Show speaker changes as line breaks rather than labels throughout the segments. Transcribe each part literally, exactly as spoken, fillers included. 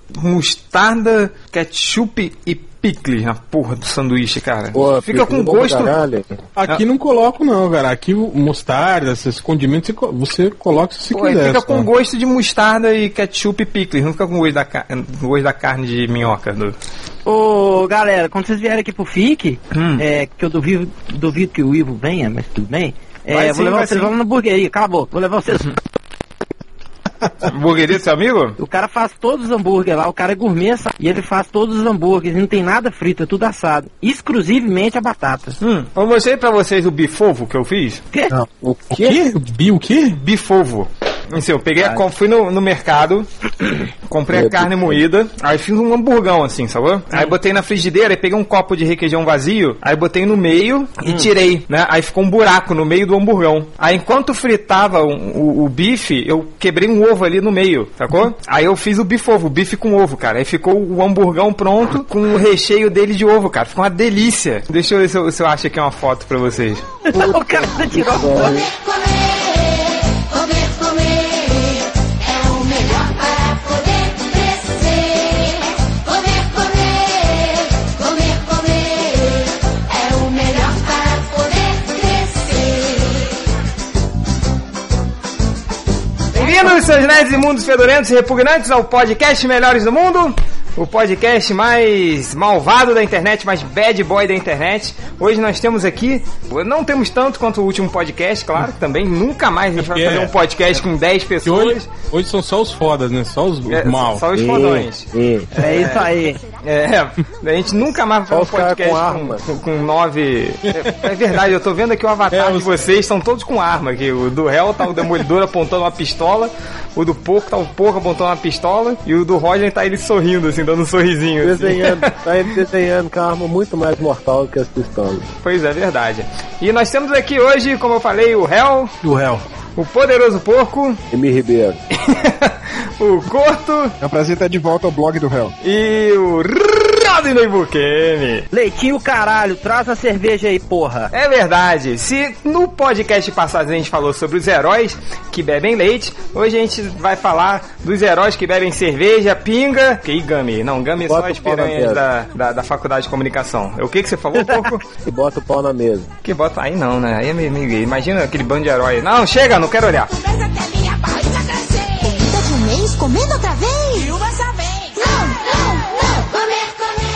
mostarda, ketchup e picles na porra do sanduíche, cara.
Pô,
fica com gosto...
Aqui ah. não coloco não, cara. Aqui mostarda, esses condimentos, você coloca se
Pô,
quiser.
Fica com gosto de mostarda e ketchup e picles. Não fica com gosto da, ca... gosto da carne de minhoca. Do...
Ô, galera, quando vocês vierem aqui pro F I C, hum. é, que eu duvido, duvido que o Ivo venha, mas tudo bem. É, vou sim, levar vocês lá na hamburgueria. Cala a boca, vou levar vocês...
Hamburgueria do seu amigo?
O cara faz todos os hambúrgueres lá, o cara é gourmet e ele faz todos os hambúrgueres, não tem nada frito, é tudo assado. Exclusivamente a batata.
Hum, eu mostrei pra vocês o bifovo que eu fiz.
O quê?
Não. O quê? Bi o quê?
Bifovo. Assim, eu peguei, a, fui no, no mercado, comprei a carne moída, aí fiz um hamburgão assim, sabe? Hum. Aí botei na frigideira e peguei um copo de requeijão vazio, aí botei no meio hum. e tirei, né? Aí ficou um buraco no meio do hamburgão. Aí enquanto fritava o, o, o bife, eu quebrei um ovo ali no meio, sacou? Aí eu fiz o bifovo, o bife com ovo, cara. Aí ficou o hamburgão pronto com o recheio dele de ovo, cara. Ficou uma delícia. Deixa eu ver se eu, se eu acho aqui uma foto pra vocês.
O cara tirou a foto.
Bem-vindos, seus nerds imundos, fedorentos e repugnantes, ao podcast Melhores do Mundo, o podcast mais malvado da internet, mais bad boy da internet. Hoje nós temos aqui, não temos tanto quanto o último podcast, claro, também nunca mais a gente vai fazer um podcast com dez pessoas.
Hoje, hoje são só os fodas, né? Só os, os
é,
mal.
Só os fodões.
É, é. é isso aí.
É, a gente nunca mais vai fazer um podcast com, arma. com, com nove... É, é verdade, eu tô vendo aqui o avatar é, de vocês, estão todos com arma aqui. O do réu tá o Demolidor apontando uma pistola, o do porco tá o porco apontando uma pistola e o do Roger tá ele sorrindo, assim, dando um sorrisinho.
Desenhando, assim. Tá ele desenhando com a arma muito mais mortal que as pistolas.
Pois é, verdade. E nós temos aqui hoje, como eu falei, o réu.
O réu.
O poderoso porco.
Emi Ribeiro.
O Corto.
É um prazer estar de volta ao blog do réu.
E o Rodney Ibuquene.
Leitinho caralho, traz a cerveja aí, porra.
É verdade. Se no podcast passado a gente falou sobre os heróis que bebem leite, hoje a gente vai falar dos heróis que bebem cerveja, pinga e gummy. Não, gummy é só as piranhas da, da, da faculdade de comunicação. O que que você falou, porco?
Que bota o pau na mesa.
Que bota... Aí não, né? Aí é meio, meio... Imagina aquele bando de heróis. Não, chega, não quero olhar.
Comida de um mês, comendo outra vez. E uma só vez. Não, não, não. Comer,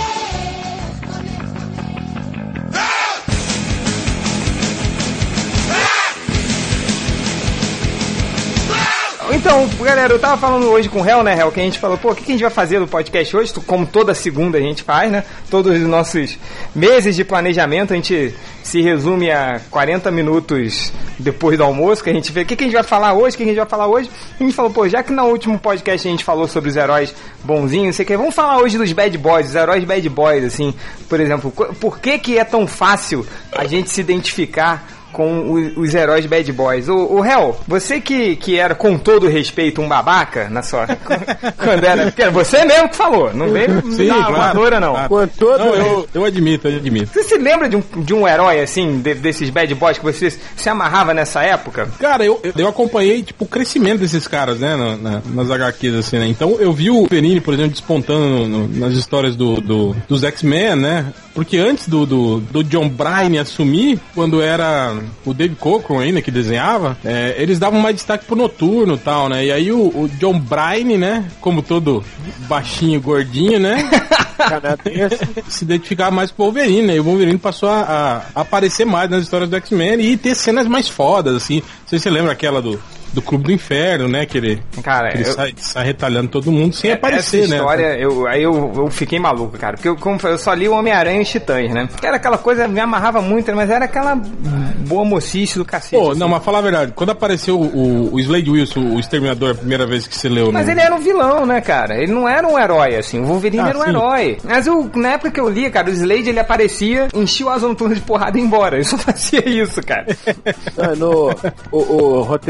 Então, galera, eu tava falando hoje com o Hel, né, Hel, que a gente falou, pô, o que a gente vai fazer no podcast hoje? Como toda segunda a gente faz, né? Todos os nossos meses de planejamento, a gente se resume a quarenta minutos depois do almoço, que a gente vê o que a gente vai falar hoje, o que a gente vai falar hoje. E a gente falou, pô, já que no último podcast a gente falou sobre os heróis bonzinhos, não sei o que, vamos falar hoje dos bad boys, os heróis bad boys, assim, por exemplo, por que que é tão fácil a gente se identificar com os, os heróis bad boys? O, o Hel, você que, que era, com todo respeito, um babaca na sua... quando era... Você mesmo que falou, não veio
Sim,
dar
claro,
armadura, não.
Claro. Todo não, eu, eu admito, eu admito.
Você se lembra de um, de um herói, assim, de, desses bad boys que você se amarrava nessa época?
Cara, eu, eu acompanhei, tipo, o crescimento desses caras, né, na, na, nas agá quês, assim, né? Então, eu vi o Wolverine, por exemplo, despontando no, no, nas histórias do, do, dos X-Men, né? Porque antes do, do, do John Byrne assumir, quando era o Dave Cockrum ainda que desenhava, é, eles davam mais destaque pro Noturno e tal, né? E aí o, o John Byrne, né? Como todo baixinho, gordinho, né? se identificava mais com o Wolverine, né? E o Wolverine passou a, a aparecer mais nas histórias do X-Men e ter cenas mais fodas, assim. Não sei se você lembra aquela do... do Clube do Inferno, né? Que ele,
cara,
que ele
eu...
sai, sai retalhando todo mundo sem
é,
aparecer,
essa história,
né?
Eu, aí eu, eu fiquei maluco, cara. Porque eu, como eu só li o Homem-Aranha e os Titãs, né? Que era aquela coisa, me amarrava muito, mas era aquela boa mocice do cacete.
Pô,
assim.
Não, mas falar a verdade, quando apareceu o, o Slade Wilson, o Exterminador, a primeira vez que você leu...
Mas
no...
ele era um vilão, né, cara? Ele não era um herói, assim. O Wolverine ah, era um sim. herói. Mas eu, na época que eu li, cara, o Slade, ele aparecia, enchia o Asa Noturna de porrada e ia embora. Ele só fazia isso, cara.
Não, no, o, o roteirista novo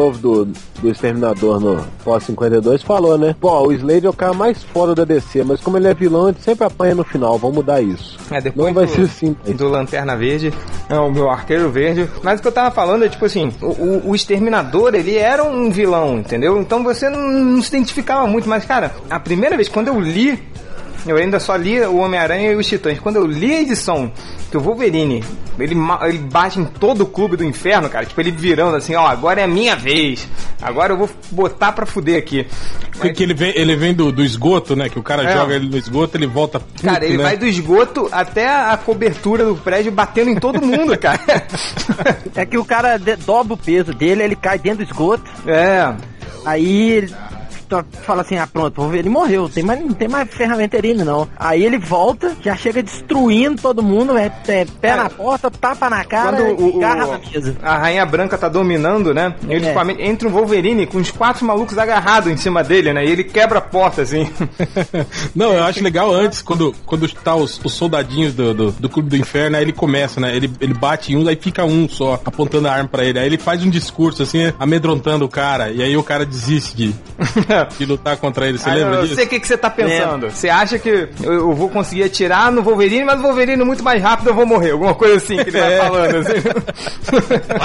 novo do, do Exterminador no pós cinquenta e dois falou, né? Pô, o Slade é o cara mais foda da D C, mas como ele é vilão, ele sempre apanha no final. Vamos mudar isso.
É, depois
não vai
do,
ser assim.
Do Lanterna Verde, é o meu Arqueiro Verde. Mas o que eu tava falando é, tipo assim, o, o Exterminador, ele era um vilão, entendeu? Então você não, não se identificava muito. Mas, cara, a primeira vez, quando eu li, eu ainda só li o Homem-Aranha e os Titãs. Quando eu li a edição que o Wolverine, ele, ele bate em todo o clube do inferno, cara. Tipo, ele virando assim, ó, agora é a minha vez. Agora eu vou botar pra fuder aqui.
Mas... Que ele vem, ele vem do, do esgoto, né? Que o cara é. joga ele no esgoto, ele volta puto,
cara, ele
né?
vai do esgoto até a cobertura do prédio batendo em todo mundo, cara.
É que o cara dobra o peso dele, ele cai dentro do esgoto.
É.
Aí ele fala assim, ah pronto, ele morreu, não tem mais, não tem mais ferramenterino não. Aí ele volta, já chega destruindo todo mundo, é, é pé é. na porta, tapa na cara
Quando
e garra na mesa.
A Rainha Branca tá dominando, né? Ele é. entra um Wolverine com os quatro malucos agarrados em cima dele, né? E ele quebra a porta, assim.
Não, eu acho legal antes, quando, quando tá os, os soldadinhos do, do, do Clube do Inferno, aí ele começa, né? Ele, ele bate em um, aí fica um só, apontando a arma pra ele. Aí ele faz um discurso, assim, amedrontando o cara, e aí o cara desiste de... de lutar contra ele, você ah, lembra
eu
disso?
Eu sei o que, que você tá pensando. Você acha que eu, eu vou conseguir atirar no Wolverine, mas o Wolverine muito mais rápido eu vou morrer. Alguma coisa assim que ele vai é. falando. Assim.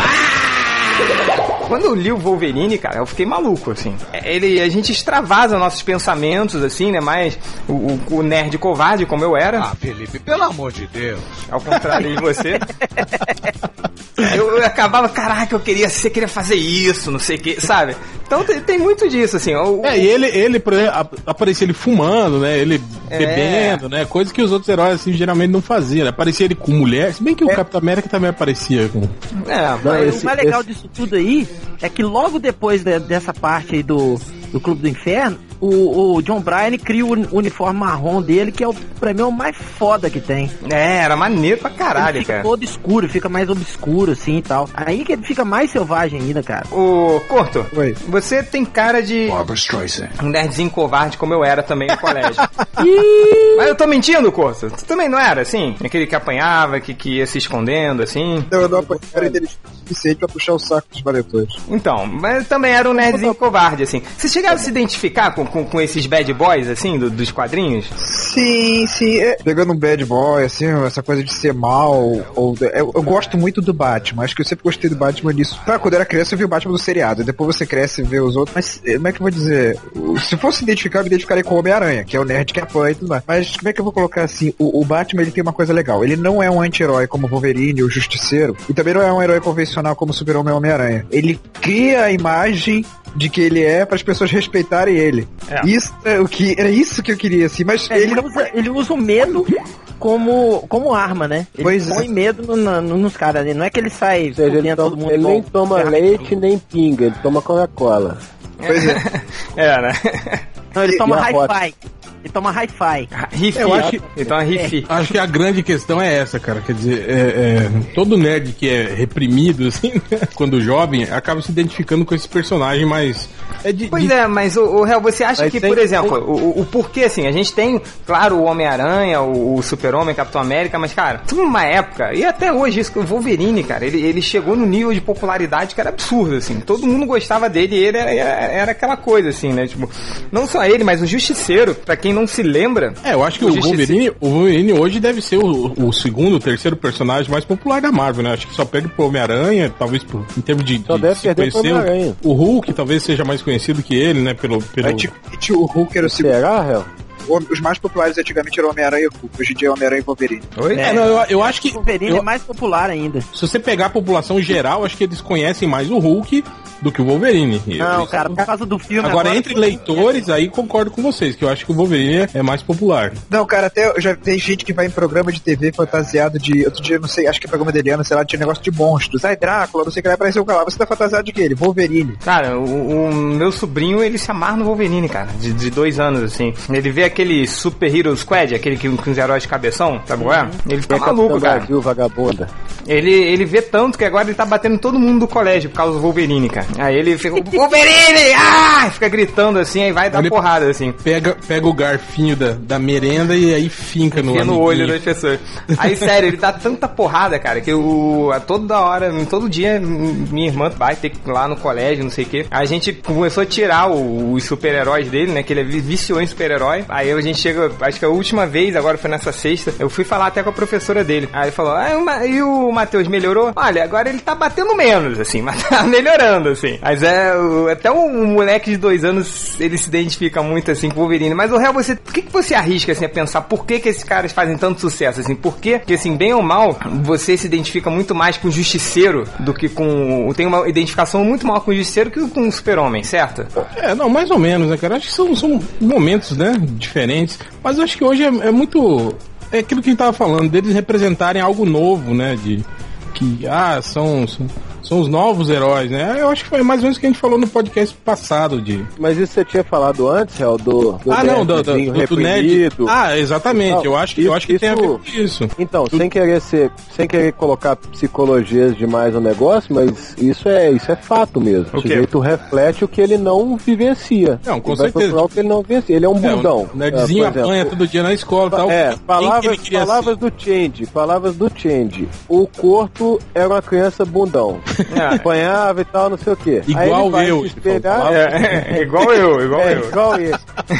Quando eu li o Wolverine, cara, eu fiquei maluco, assim. Ele, a gente extravasa nossos pensamentos, assim, né? Mas o, o, o nerd covarde, como eu era...
Ah, Felipe, pelo amor de Deus.
Ao contrário de você... Eu, eu acabava, caraca, eu queria, você queria fazer isso, não sei o que, sabe? Então tem, tem muito disso, assim. O,
é, e ele, ele por exemplo, aparecia ele fumando, né? Ele é. bebendo, né? Coisa que os outros heróis, assim, geralmente não faziam, né? Aparecia ele com mulher, se bem que o é. Capitão América também aparecia com...
É, mas esse, o mais legal esse... disso tudo aí é que logo depois de, dessa parte aí do, do Clube do Inferno, O, o John Bryan cria o uniforme marrom dele, que é o, pra mim, é o mais foda que tem.
É, era maneiro pra caralho,
ele fica
cara.
todo escuro, fica mais obscuro, assim, e tal. Aí que ele fica mais selvagem ainda, cara.
Ô, Corto,
Oi.
Você tem cara de...
Barbara Streisand.
Um nerdzinho covarde, como eu era também no colégio. Mas eu tô mentindo, Corto? Tu também não era, assim? Aquele que apanhava, que, que ia se escondendo, assim?
Eu não apanhei, era inteligente o suficiente pra puxar o saco dos valetores.
Então, mas também era um nerdzinho covarde, assim. Você chegava a se identificar com Com, com esses bad boys, assim, do, dos quadrinhos?
Sim, sim. É, pegando um bad boy, assim, essa coisa de ser mal, ou... Eu, eu gosto muito do Batman, acho que eu sempre gostei do Batman nisso. Pra quando eu era criança eu vi o Batman do seriado, depois você cresce e vê os outros, mas como é que eu vou dizer? Se fosse identificar, eu me identificaria com o Homem-Aranha, que é o nerd que apanha e tudo mais. Mas como é que eu vou colocar assim? O, o Batman, ele tem uma coisa legal, ele não é um anti-herói como o Wolverine, o Justiceiro, e também não é um herói convencional como o Super-Homem e o Homem-Aranha. Ele cria a imagem de que ele é para as pessoas respeitarem ele. É. Isso é o que era isso que eu queria, assim, mas
é, ele, ele usa ele usa o medo como, como arma, né? Ele pois põe é. medo no, no, nos caras ali. Não é que ele sai
Ou seja, ele, todo mundo ele nem toma leite nem pinga, ele toma Coca-Cola.
Pois é. É, né?
Não, ele toma hi-fi. Ele toma hi-fi.
Rifi,
eu acho que,
ele toma rifi.
É. Acho que a grande questão é essa, cara. Quer dizer, é, é, todo nerd que é reprimido, assim, né, quando jovem, acaba se identificando com esse personagem mais... É de,
pois
de...
é, mas o, o Hel, você acha mas que, tem, por exemplo, tem... o, o, o porquê, assim, a gente tem, claro, o Homem-Aranha, o, o Super-Homem, Capitão América, mas, cara, teve uma época, e até hoje, isso, o Wolverine, cara, ele, ele chegou no nível de popularidade que era absurdo, assim, todo mundo gostava dele e ele era, era, era aquela coisa, assim, né, tipo, não só ele, mas o Justiceiro, pra quem não se lembra...
É, eu acho que o, o Wolverine, o Wolverine hoje deve ser o, o segundo, o terceiro personagem mais popular da Marvel, né, acho que só perde pro Homem-Aranha, talvez por, em termos de...
Só
de
deve perder pro Homem-Aranha.
O Hulk talvez seja mais conhecido que ele, né? Pelo, pelo...
Antigamente o Hulk era o segundo.
Será, Hel?
Os mais populares antigamente eram Homem-Aranha e o Hulk. Hoje em dia é Homem-Aranha e Wolverine.
Oi? É, não, eu, eu acho que...
O Wolverine
eu,
é mais popular ainda.
Se você pegar a população geral, acho que eles conhecem mais o Hulk do que o Wolverine.
Não, eu, cara, por causa do filme...
Agora, agora entre leitores, aí concordo com vocês, que eu acho que o Wolverine é mais popular.
Não, cara, até já tem gente que vai em programa de T V fantasiado de... Outro dia, não sei, acho que é programa dele, sei lá, tinha negócio de monstros. Ai, Drácula, não sei o que lá, apareceu o cara lá. Você tá fantasiado de quê? Ele? Wolverine.
Cara, o, o meu sobrinho, ele se amarra no Wolverine, cara, de, de dois anos, assim. Ele vê aquele Super Hero Squad, aquele que com os heróis de cabeção, sabe qual é? Ele fica maluco, cara.
Brasil, vagabunda.
Ele, ele vê tanto que agora ele tá batendo todo mundo do colégio por causa do Wolverine, cara. Aí ele fica, Wolverine! Ah! Fica gritando assim, aí vai dar
ele
porrada assim.
Pega, pega o garfinho da, da merenda e aí finca no,
no olho das pessoas. Aí, sério, ele dá tanta porrada, cara, que o, a toda hora, todo dia, minha irmã vai ter que ir lá no colégio, não sei o que. A gente começou a tirar o, os super-heróis dele, né? Que ele viciou em super-herói. Aí a gente chega, acho que a última vez, agora foi nessa sexta, eu fui falar até com a professora dele. Aí ele falou, ah, e o Matheus melhorou? Olha, agora ele tá batendo menos, assim, mas tá melhorando, assim. Mas é, o, até um moleque de dois anos, ele se identifica muito, assim, com o Wolverine. Mas o real, você, por que que você arrisca, assim, a pensar por que que esses caras fazem tanto sucesso, assim? Por quê? Porque, assim, bem ou mal, você se identifica muito mais com o Justiceiro do que com... Tem uma identificação muito maior com o Justiceiro que com o Super-Homem, certo?
É, não, mais ou menos, né, cara? Acho que são, são momentos, né, diferentes. Mas eu acho que hoje é, é muito... É aquilo que a gente tava falando, deles representarem algo novo, né, de... Que, ah, são... são... São os novos heróis, né? Eu acho que foi mais ou menos o que a gente falou no podcast passado de...
Mas isso você tinha falado antes, Hel, do, do
Ah, não, do, do, do, do Ned. Ah, exatamente. Então, eu acho que, isso, eu acho que isso, tem a ver com isso.
Então,
do...
sem querer ser, sem querer colocar psicologias demais no negócio, mas isso é, isso é fato mesmo. O sujeito reflete o que ele não vivencia.
Não, com
ele
certeza.
Vai o que ele não vivencia. Ele é um bundão.
É, o Nerdzinho
é,
apanha todo dia na escola e tal.
É, palavras, palavras do Change, palavras do Change. O Corto era uma criança bundão. É. Apanhava e tal, não sei o que.
Igual
aí ele
eu.
Espelhar... É, é, igual eu, igual
é,
eu.
Igual ele.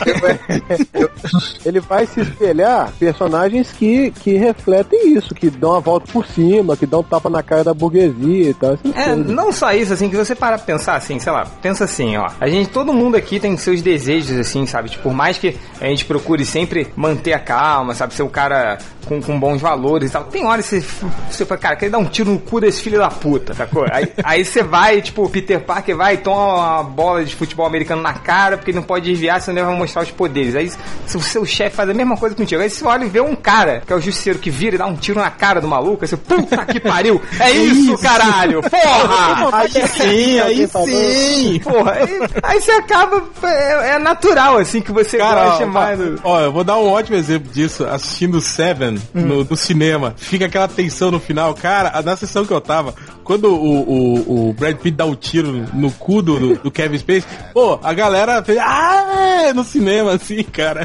Ele vai se espelhar personagens que, que refletem isso, que dão a volta por cima, que dão tapa na cara da burguesia e tal.
É, coisas. Não só isso, assim, que você para pra pensar assim, sei lá, pensa assim, ó. A gente, todo mundo aqui tem seus desejos, assim, sabe? Tipo, por mais que a gente procure sempre manter a calma, sabe? Ser um cara com, com bons valores e tal. Tem horas que você, você fala, cara, quer dar um tiro no cu desse filho da puta, sacou? Aí, aí você vai, tipo, Peter Parker vai e toma uma bola de futebol americano na cara, porque ele não pode desviar, senão ele vai mostrar os poderes. Aí se o seu chefe faz a mesma coisa contigo, aí você olha e vê um cara, que é o Justiceiro, que vira e dá um tiro na cara do maluco, aí você, puta que pariu, é isso, caralho, porra!
Aí sim, aí sim!
Porra, aí, aí você acaba, é, é natural, assim, que você
cara,
gosta
ó,
mais do...
Ó, eu vou dar um ótimo exemplo disso, assistindo Seven hum. no, no cinema, fica aquela tensão no final, cara, na sessão que eu tava, quando o, o, o Brad Pitt dá um tiro no cu do, do Kevin Spacey, pô, a galera fez, ah, no cinema, assim, cara.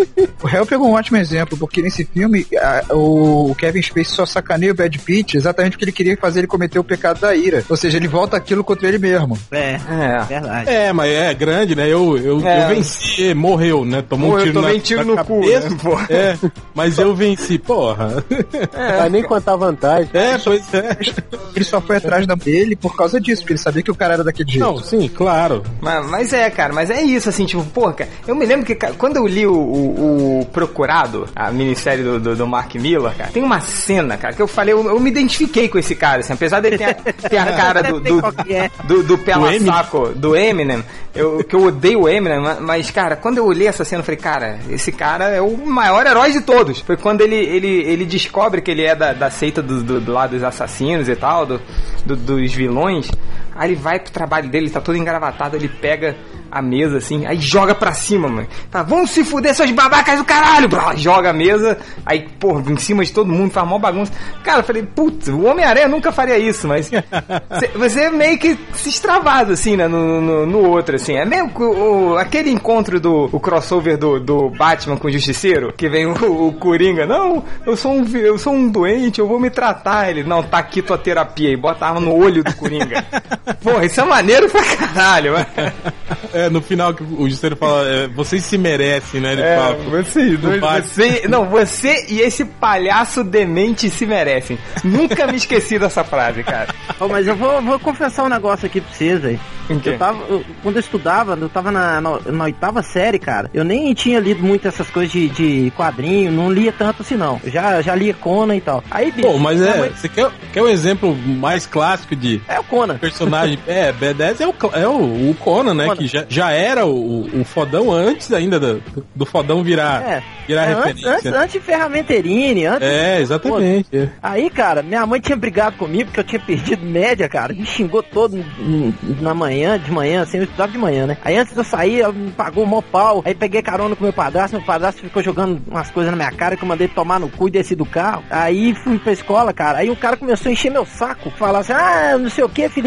O Hell pegou um ótimo exemplo, porque nesse filme a, o Kevin Spacey só sacaneia o Brad Pitt exatamente porque ele queria fazer ele cometer o pecado da ira. Ou seja, ele volta aquilo contra ele mesmo.
É, é verdade.
É, mas é grande, né? Eu, eu, é. eu venci, morreu, né? Tomou
Morreu,
um tiro, na,
tiro
na
no
cabeça,
cu, né, porra.
É, mas eu venci, porra.
É. Vai nem contar vantagem.
É, pois é.
Ele só foi atrás dele por causa disso, porque ele sabia que o cara era daquele jeito.
Não, sim, claro.
Mas, mas é, cara, mas é isso, assim, tipo, porra, cara, eu me lembro que cara, quando eu li o, o, o Procurado, a minissérie do, do, do Mark Millar, cara, tem uma cena, cara, que eu falei, eu, eu me identifiquei com esse cara, assim, apesar dele ter a, ter a cara do do, do, do pela saco, do Eminem, eu, que eu odeio o Eminem, mas, cara, quando eu olhei essa cena, eu falei, cara, esse cara é o maior herói de todos. Foi quando ele, ele, ele descobre que ele é da, da seita do, do, do lado dos assassinos e tal, do, do, dos vilões. Aí ele vai pro trabalho dele, tá todo engravatado, ele pega a mesa assim, aí joga pra cima, mano. Tá, vamos se fuder, seus babacas do caralho! Blá, joga a mesa, aí, porra, em cima de todo mundo, faz mó bagunça. Cara, eu falei, putz, o Homem-Aranha nunca faria isso, mas você é meio que se extravado, assim, né, no, no, no outro, assim. É meio o, o, aquele encontro do o crossover do, do Batman com o Justiceiro, que vem o, o Coringa, não, eu sou, um, eu sou um doente, eu vou me tratar. Ele, não, tá aqui tua terapia, e bota a arma no olho do Coringa. Porra, isso é maneiro pra caralho, mano.
É, no final que o Justiceiro fala, é, vocês se merecem, né? Ele
é,
fala.
Você, dois, você, não, você e esse palhaço demente se merecem. Nunca me esqueci dessa frase, cara.
Oh, mas eu vou, vou confessar um negócio aqui pra vocês, aí. Eu tava, eu, quando eu estudava, eu tava na, na, na oitava série, cara, eu nem tinha lido muito essas coisas de, de quadrinho, não lia tanto assim, não. Eu já, já lia Conan e tal. Aí, bicho...
Pô, mas é,
mãe...
você quer, quer um exemplo mais clássico de...
É o Conan.
Personagem, é, B dez é o, é o, o Conan, né, Conan. Que já, já era o, o fodão antes ainda do, do fodão virar,
é,
virar
é,
referência.
Antes, antes de Ferramenterine, antes...
É, exatamente. É.
Aí, cara, minha mãe tinha brigado comigo porque eu tinha perdido média, cara, me xingou todo na manhã, de manhã, assim, eu estudava de manhã, né? Aí antes de eu sair, ela me pagou mó pau, aí peguei carona com meu padrasto, meu padrasto ficou jogando umas coisas na minha cara que eu mandei tomar no cu e desci do carro. Aí fui pra escola, cara, aí o cara começou a encher meu saco, falar assim, ah, não sei o que, filhinho de papai.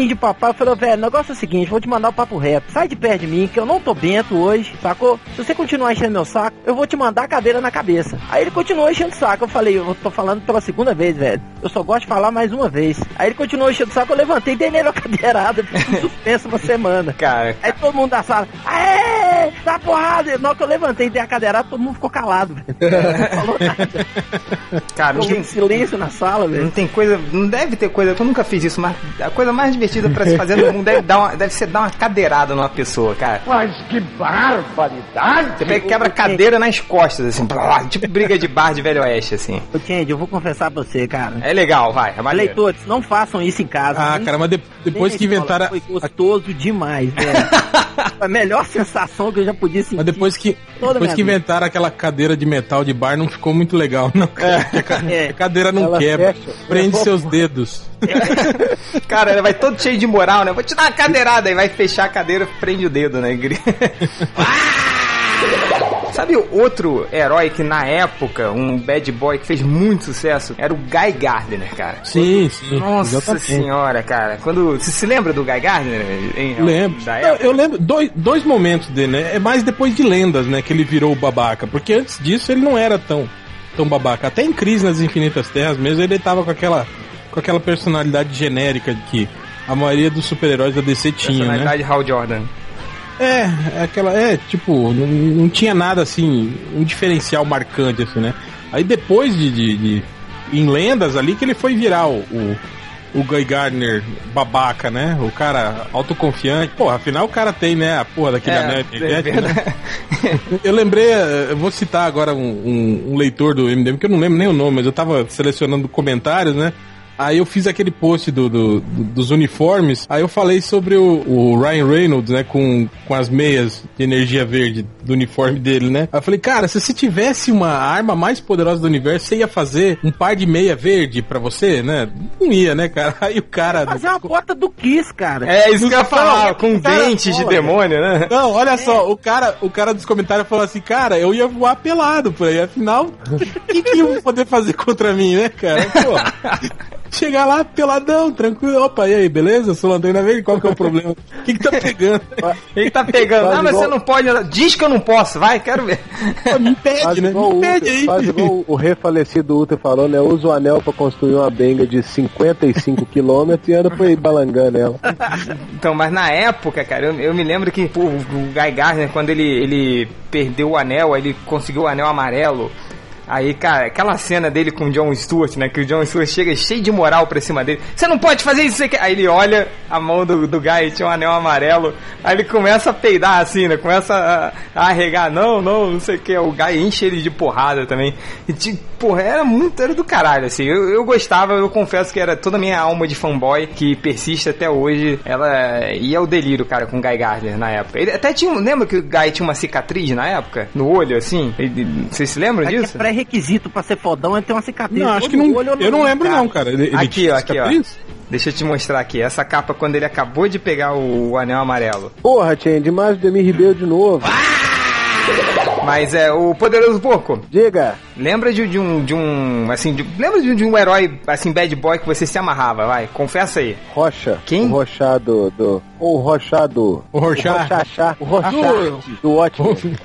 pai e falou, velho, o negócio é o seguinte, vou te mandar o papo reto. Sai de perto de mim, que eu não tô bento hoje, sacou? Se você continuar enchendo meu saco, eu vou te mandar a cadeira na cabeça. Aí ele continuou enchendo o saco. Eu falei, eu tô falando pela segunda vez, velho. Eu só gosto de falar mais uma vez. Aí ele continuou enchendo o saco, eu levantei e dei nele a cadeirada. Fiquei suspenso uma semana.
Cara,
aí todo mundo da sala, aê, dá porrada. Na hora que eu levantei e dei a cadeirada, todo mundo ficou calado, velho. Não falou nada.
Cara, não tem
silêncio na sala, velho.
Não tem coisa, não deve ter coisa, eu nunca fiz isso, mas a coisa mais divertida pra se fazer no mundo deve, dar uma, deve ser dar uma cadeirada numa pessoa, cara.
Mas que barbaridade!
Você pega, quebra a cadeira nas costas, assim, blá, tipo briga de bar de Velho Oeste, assim.
Ô, Change, eu vou confessar pra você, cara.
É legal, vai. É
leitores, não façam isso em casa.
Ah,
nem,
cara, mas de, depois que inventaram...
Foi gostoso demais, velho. A melhor sensação que eu já podia sentir.
Mas depois que, depois que inventaram aquela cadeira de metal de bar, não ficou muito legal, não. É. A cadeira não Ela quebra. Fecha. Prende seus dedos.
Cara, ele vai todo cheio de moral, né? Vou te dar uma cadeirada. Aí vai fechar a cadeira, prende o dedo, né? Sabe outro herói que na época, um bad boy que fez muito sucesso, era o Guy Gardner, cara.
Sim, sim.
Nossa exatamente. Senhora, cara. Quando você se lembra do Guy Gardner? Hein,
lembro. Da época? Eu, eu lembro dois, dois momentos dele, né? É mais depois de Lendas, né? Que ele virou o babaca. Porque antes disso ele não era tão, tão babaca. Até em Crise nas Infinitas Terras mesmo, ele tava com aquela, com aquela personalidade genérica que a maioria dos super-heróis da D C tinha, né?
Personalidade Hal Jordan.
É, aquela, é, tipo, não, não tinha nada assim, um diferencial marcante, assim, né? Aí depois de, de, de em Lendas ali que ele foi virar o, o, o Guy Gardner babaca, né? O cara autoconfiante. Pô, afinal o cara tem, né, a porra daquele
é,
anel energético, né? Eu lembrei, eu vou citar agora um, um, um leitor do M D M, que eu não lembro nem o nome, mas eu tava selecionando comentários, né? Aí eu fiz aquele post do, do, do, dos uniformes. Aí eu falei sobre o, o Ryan Reynolds, né? Com, com as meias de energia verde do uniforme dele, né? Aí eu falei, cara, se você tivesse uma arma mais poderosa do universo, você ia fazer um par de meia verde pra você, né? Não ia, né, cara? Aí o cara...
Fazer uma bota do Kiss, cara.
É, isso que eu ia falar, com dentes de demônio, né?
Não, olha é. só, o cara, o cara dos comentários falou assim, cara, eu ia voar pelado por aí. Afinal, o que, que iam poder fazer contra mim, né, cara? Pô... Chegar lá peladão, tranquilo. Opa, e aí, beleza? Sou Lanterna Verde, qual que é o problema? O que que tá pegando?
O que que tá pegando? Ah, mas igual... você não pode... Diz que eu não posso, vai, quero ver.
Pô, me impede, faz né? Me impede aí.
Faz igual o refalecido Ultra falou, né? Usa o anel pra construir uma benga de cinquenta e cinco quilômetros e anda por aí balangando ela.
Então, mas na época, cara, eu, eu me lembro que pô, o Guy Gardner, quando ele, ele perdeu o anel, ele conseguiu o anel amarelo. Aí, cara, aquela cena dele com o John Stewart, né? Que o John Stewart chega cheio de moral pra cima dele. Você não pode fazer isso, você quer... Aí ele olha a mão do, do Guy e tinha um anel amarelo. Aí ele começa a peidar assim, né? Começa a, a arregar. Não, não, não sei o que. O Guy enche ele de porrada também. E, tipo, porra, era muito... Era do caralho, assim. Eu, eu gostava, eu confesso que era toda a minha alma de fanboy, que persiste até hoje. Ela ia ao delírio, cara, com o Guy Gardner na época. Ele até tinha... Lembra que o Guy tinha uma cicatriz na época? No olho, assim? Ele, vocês se lembram
Aqui
disso?
É requisito pra ser fodão é ter uma cicatriz.
Não, acho que não. Olho, eu não lembro, cara. Não, cara. Ele, ele
aqui, ó, aqui, ó. Deixa eu te mostrar aqui. Essa capa quando ele acabou de pegar o, o anel amarelo.
Porra, tinha demais do Demir Ribeiro de novo.
Mas é, o Poderoso Porco.
Diga.
Lembra de, de um, de um, assim, de, lembra de, de um herói, assim, bad boy que você se amarrava, vai, confessa aí.
Rocha.
Quem?
O Rochado do... O Rochado.
O Rochado.
O Rochado. Do Watchmen.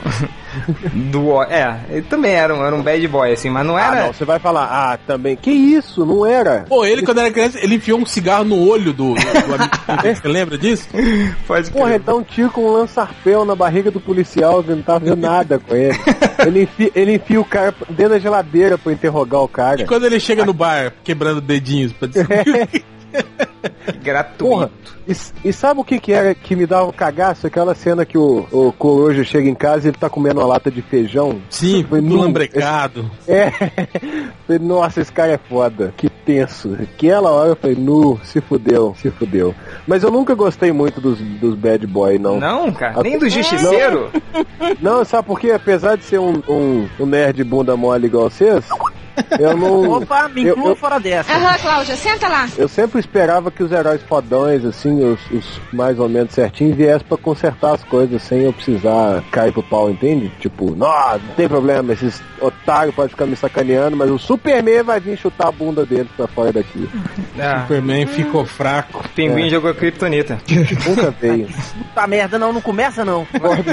Do, é, ele também era um, era um bad boy, assim, mas não era...
Ah, não, você vai falar, ah, também, que isso, não era?
Pô, ele quando era criança, ele enfiou um cigarro no olho do, do, do amigo, você lembra disso?
Pode Porra, crer. Então um tiro com um lança-arpel na barriga do policial, que não tava fazendo nada com ele. Ele enfia, ele enfia o cara dentro da geladeira pra interrogar o cara.
E quando ele chega no bar, quebrando dedinhos pra descobrir...
Gratuito.
Porra, e, e sabe o que que era que me dava um cagaço? Aquela cena que o, o Coruja chega em casa e ele tá comendo uma lata de feijão.
Sim, foi no lambrecado.
É, falei, nossa, esse cara é foda. Que tenso. Aquela hora eu falei, nu, se fudeu, se fudeu. Mas eu nunca gostei muito dos, dos bad boy, não.
Não, cara? Nem do Justiceiro?
Não, não, sabe por quê? Apesar de ser um, um, um nerd bunda mole igual vocês, Eu não...
Opa, me inclua fora dessa.
Aham, Cláudia, senta lá.
Eu sempre esperava que os heróis fodões, assim, os, os mais ou menos certinhos, viessem pra consertar as coisas sem eu precisar cair pro pau, entende? Tipo, não, não tem problema, esses otários podem ficar me sacaneando, mas o Superman vai vir chutar a bunda dele pra fora daqui.
Ah,
Superman ficou fraco.
o Pinguim
É.
jogou Kryptonita.
Nunca veio.
Puta merda, não, não começa não.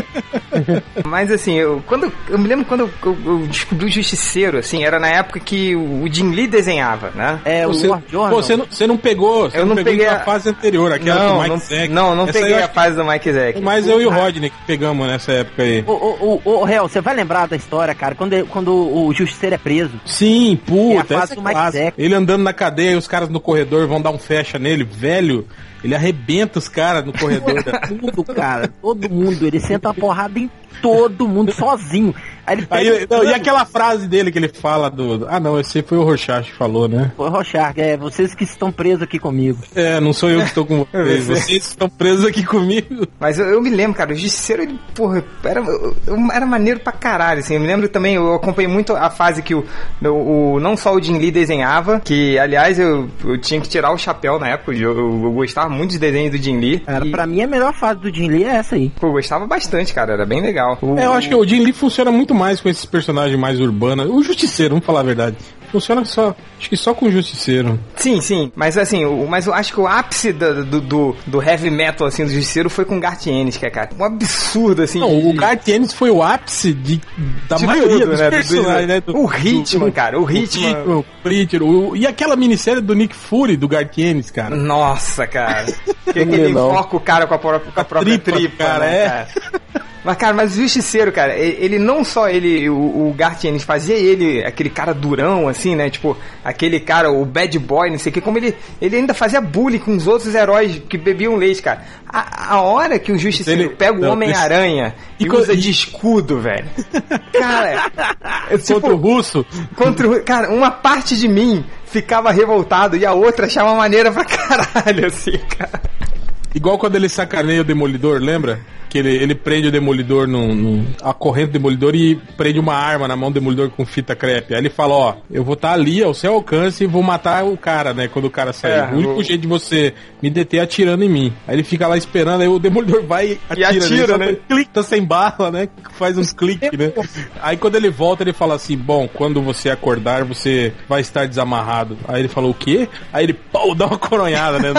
Mas assim, eu, quando, eu me lembro quando eu, eu, eu descobri o Justiceiro, assim, era na época que o Jim Lee desenhava, né?
É, o
Você,
War Jordan.
pô, você não, você não pegou, você
Eu
não,
não
pegou
peguei
a
a-
fase anterior, aquela
não,
do Mike
não,
Zack.
não, não
Essa
peguei
aí eu
a
acho
fase do Mike Zack.
que Mas eu e o Rodney que pegamos nessa época aí.
Ô, ô, ô, ô, Hel, você vai lembrar da história, cara, quando, ele- quando o Justiceiro é preso.
Sim,
É a
puta,
fase
essa é
do Mike
clássica.
Zack.
Ele andando na cadeia e os caras no corredor vão dar um fecha nele, velho. Ele arrebenta os caras no corredor. da-
Tudo, cara, todo mundo. Ele senta a porrada em todo mundo, sozinho. Aí ele pega
Aí,
um
não, e
cano.
aquela frase dele que ele fala do... Ah, não, esse foi o Rorschach que falou, né?
Foi Rorschach, é, vocês que estão presos aqui comigo.
É, não sou eu que estou com vocês. Vocês estão presos aqui comigo.
Mas eu, eu me lembro, cara, o Justiceiro, ele, porra, era, eu- eu- era maneiro pra caralho, assim. Eu me lembro também, eu acompanhei muito a fase que o, o, o- não só o Jim Lee desenhava, que, aliás, eu, eu tinha que tirar o chapéu na época, eu, eu, eu gostava muito dos desenhos do Jim Lee.
Cara,
e,
pra mim a melhor fase do Jim Lee é essa aí.
pô, eu gostava bastante, cara, era bem legal. O-
É, eu acho que o Jim Lee funciona muito mais com esses personagens mais urbanos. O Justiceiro, vamos falar a verdade. Funciona só, acho que só com o Justiceiro.
Sim, sim, mas assim, o, mas eu acho que o ápice do, do, do, do heavy metal, assim, do Justiceiro foi com o Garth Ennis, que é, cara, um absurdo, assim.
Não,
de-
o Garth Ennis foi o ápice de, da
de
maioria
tudo,
dos
né, do-
personagens, né? Do-
O Hitman, cara, o
O
Hitman.
Hitman, o Preacher, o- e aquela minissérie do Nick Fury, do Garth Ennis, cara.
Nossa, cara. Que, que
Não
ele
vi, não.
enfoca o cara com a própria, com a própria
tripa,
tripa,
cara,
né,
é.
cara? Mas, cara, mas o Justiceiro, cara, ele, ele não só ele, o, o Garth Ennis fazia ele, aquele cara durão, assim, né, tipo, aquele cara, o bad boy, não sei o que, como ele, ele ainda fazia bullying com os outros heróis que bebiam leite, cara. A, a hora que o Justiceiro
Ele-
pega o
não,
Homem-Aranha e,
e co-
usa
e-
de escudo, velho. Cara, é, tipo,
Contra o Russo.
contra o- cara, uma parte de mim ficava revoltado e a outra achava maneira pra caralho, assim, cara.
Igual quando ele sacaneia o Demolidor, lembra? Que ele, ele prende o Demolidor num, num- a corrente do Demolidor e prende uma arma na mão do Demolidor com fita crepe. Aí ele fala, ó, eu vou estar ali ao seu alcance e vou matar o cara, né? Quando o cara sair.
É,
o único
o-
jeito de você me deter é atirando em mim. Aí ele fica lá esperando, aí o Demolidor vai e atira,
atira,
nele, só
né?
que clica, tá sem bala, né? Faz uns cliques, né? Aí quando ele volta, ele fala assim, bom, quando você acordar, você vai estar desamarrado. Aí ele falou, o quê? Aí ele, pô, dá uma coronhada, né?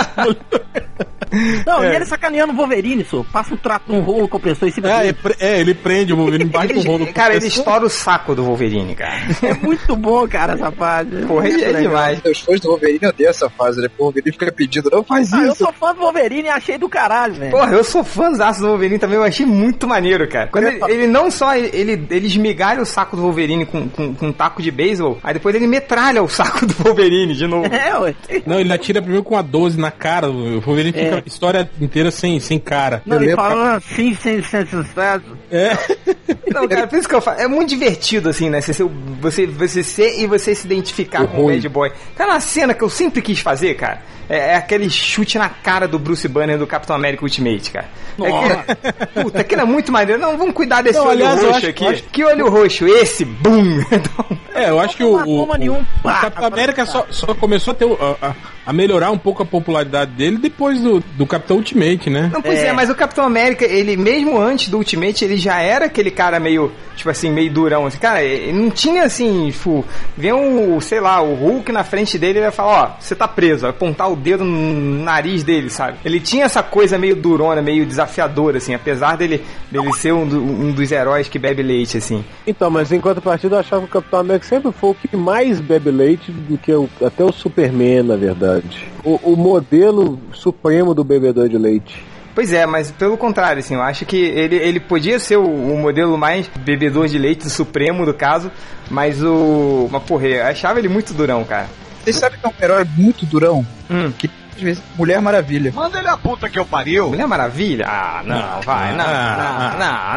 Não,
É.
e ele sacaneando o Wolverine, só. Passa um trato num rolo compressor em cima
É,
dele.
é, pre- é, ele prende o Wolverine embaixo do rolo.
Ele, cara, ele estoura o saco do Wolverine, cara.
É muito bom, cara, essa fase.
Porra,
Muito
é
legal.
demais.
Os fãs do Wolverine odeiam essa fase, né? O Wolverine fica pedindo, não faz
Ah, eu
isso.
sou fã do Wolverine e achei do caralho, velho.
Porra, eu sou fãzaço do Wolverine também, eu achei muito maneiro, cara. Quando ele, ele não só, ele, ele, ele esmigalha o saco do Wolverine com, com, com um taco de beisebol, aí depois ele metralha o saco do Wolverine de novo.
É, ué.
Não, ele atira primeiro com a doze na cara. O Wolverine fica
É.
a história inteira sem, sem cara.
Não,
Eu
ele
lembro-
fala assim, sem, sem sucesso.
É.
Não, cara, por isso que eu falo, é muito divertido, assim, né? Você, ser o- você, você ser e você se identificar com o Bad Boy. Cara, uma cena que eu sempre quis fazer, cara, é, é aquele chute na cara do Bruce Banner do Capitão América Ultimate, cara. É que, puta, aquilo é muito maneiro. Não, vamos cuidar desse
Não,
olho
aliás, eu
roxo
acho-
aqui.
eu acho-
Que olho roxo? Esse, bum!
É, eu acho que o,
Não
o,
toma nenhum,
o
pá,
Capitão América só, só começou a, ter, o- a, a- a melhorar um pouco a popularidade dele depois do, do Capitão Ultimate, né?
Não, pois é.
É.
mas o Capitão América, ele mesmo antes do Ultimate, ele já era aquele cara meio, tipo assim, meio durão. Assim. Cara, ele não tinha assim, tipo, vem um, sei lá, o Hulk na frente dele e ele vai falar, ó, você tá preso, vai apontar o dedo no nariz dele, sabe? Ele tinha essa coisa meio durona, meio desafiadora, assim, apesar dele, dele ser um, do- um dos heróis que bebe leite, assim.
Então, mas em contrapartida eu achava que o Capitão América sempre foi o que mais bebe leite do que o, até o Superman, na verdade. O, o modelo supremo do bebedor de leite.
Pois é, mas pelo contrário, assim, eu acho que ele, ele podia ser o, o modelo mais bebedor de leite supremo, do caso, mas o... Mas, porra, eu achava ele muito durão, cara.
Vocês sabem que é um herói muito durão?
Hum.
Que às vezes Mulher Maravilha.
Manda ele a puta que eu pariu.
Mulher Maravilha? Ah, não, vai, não, não, não,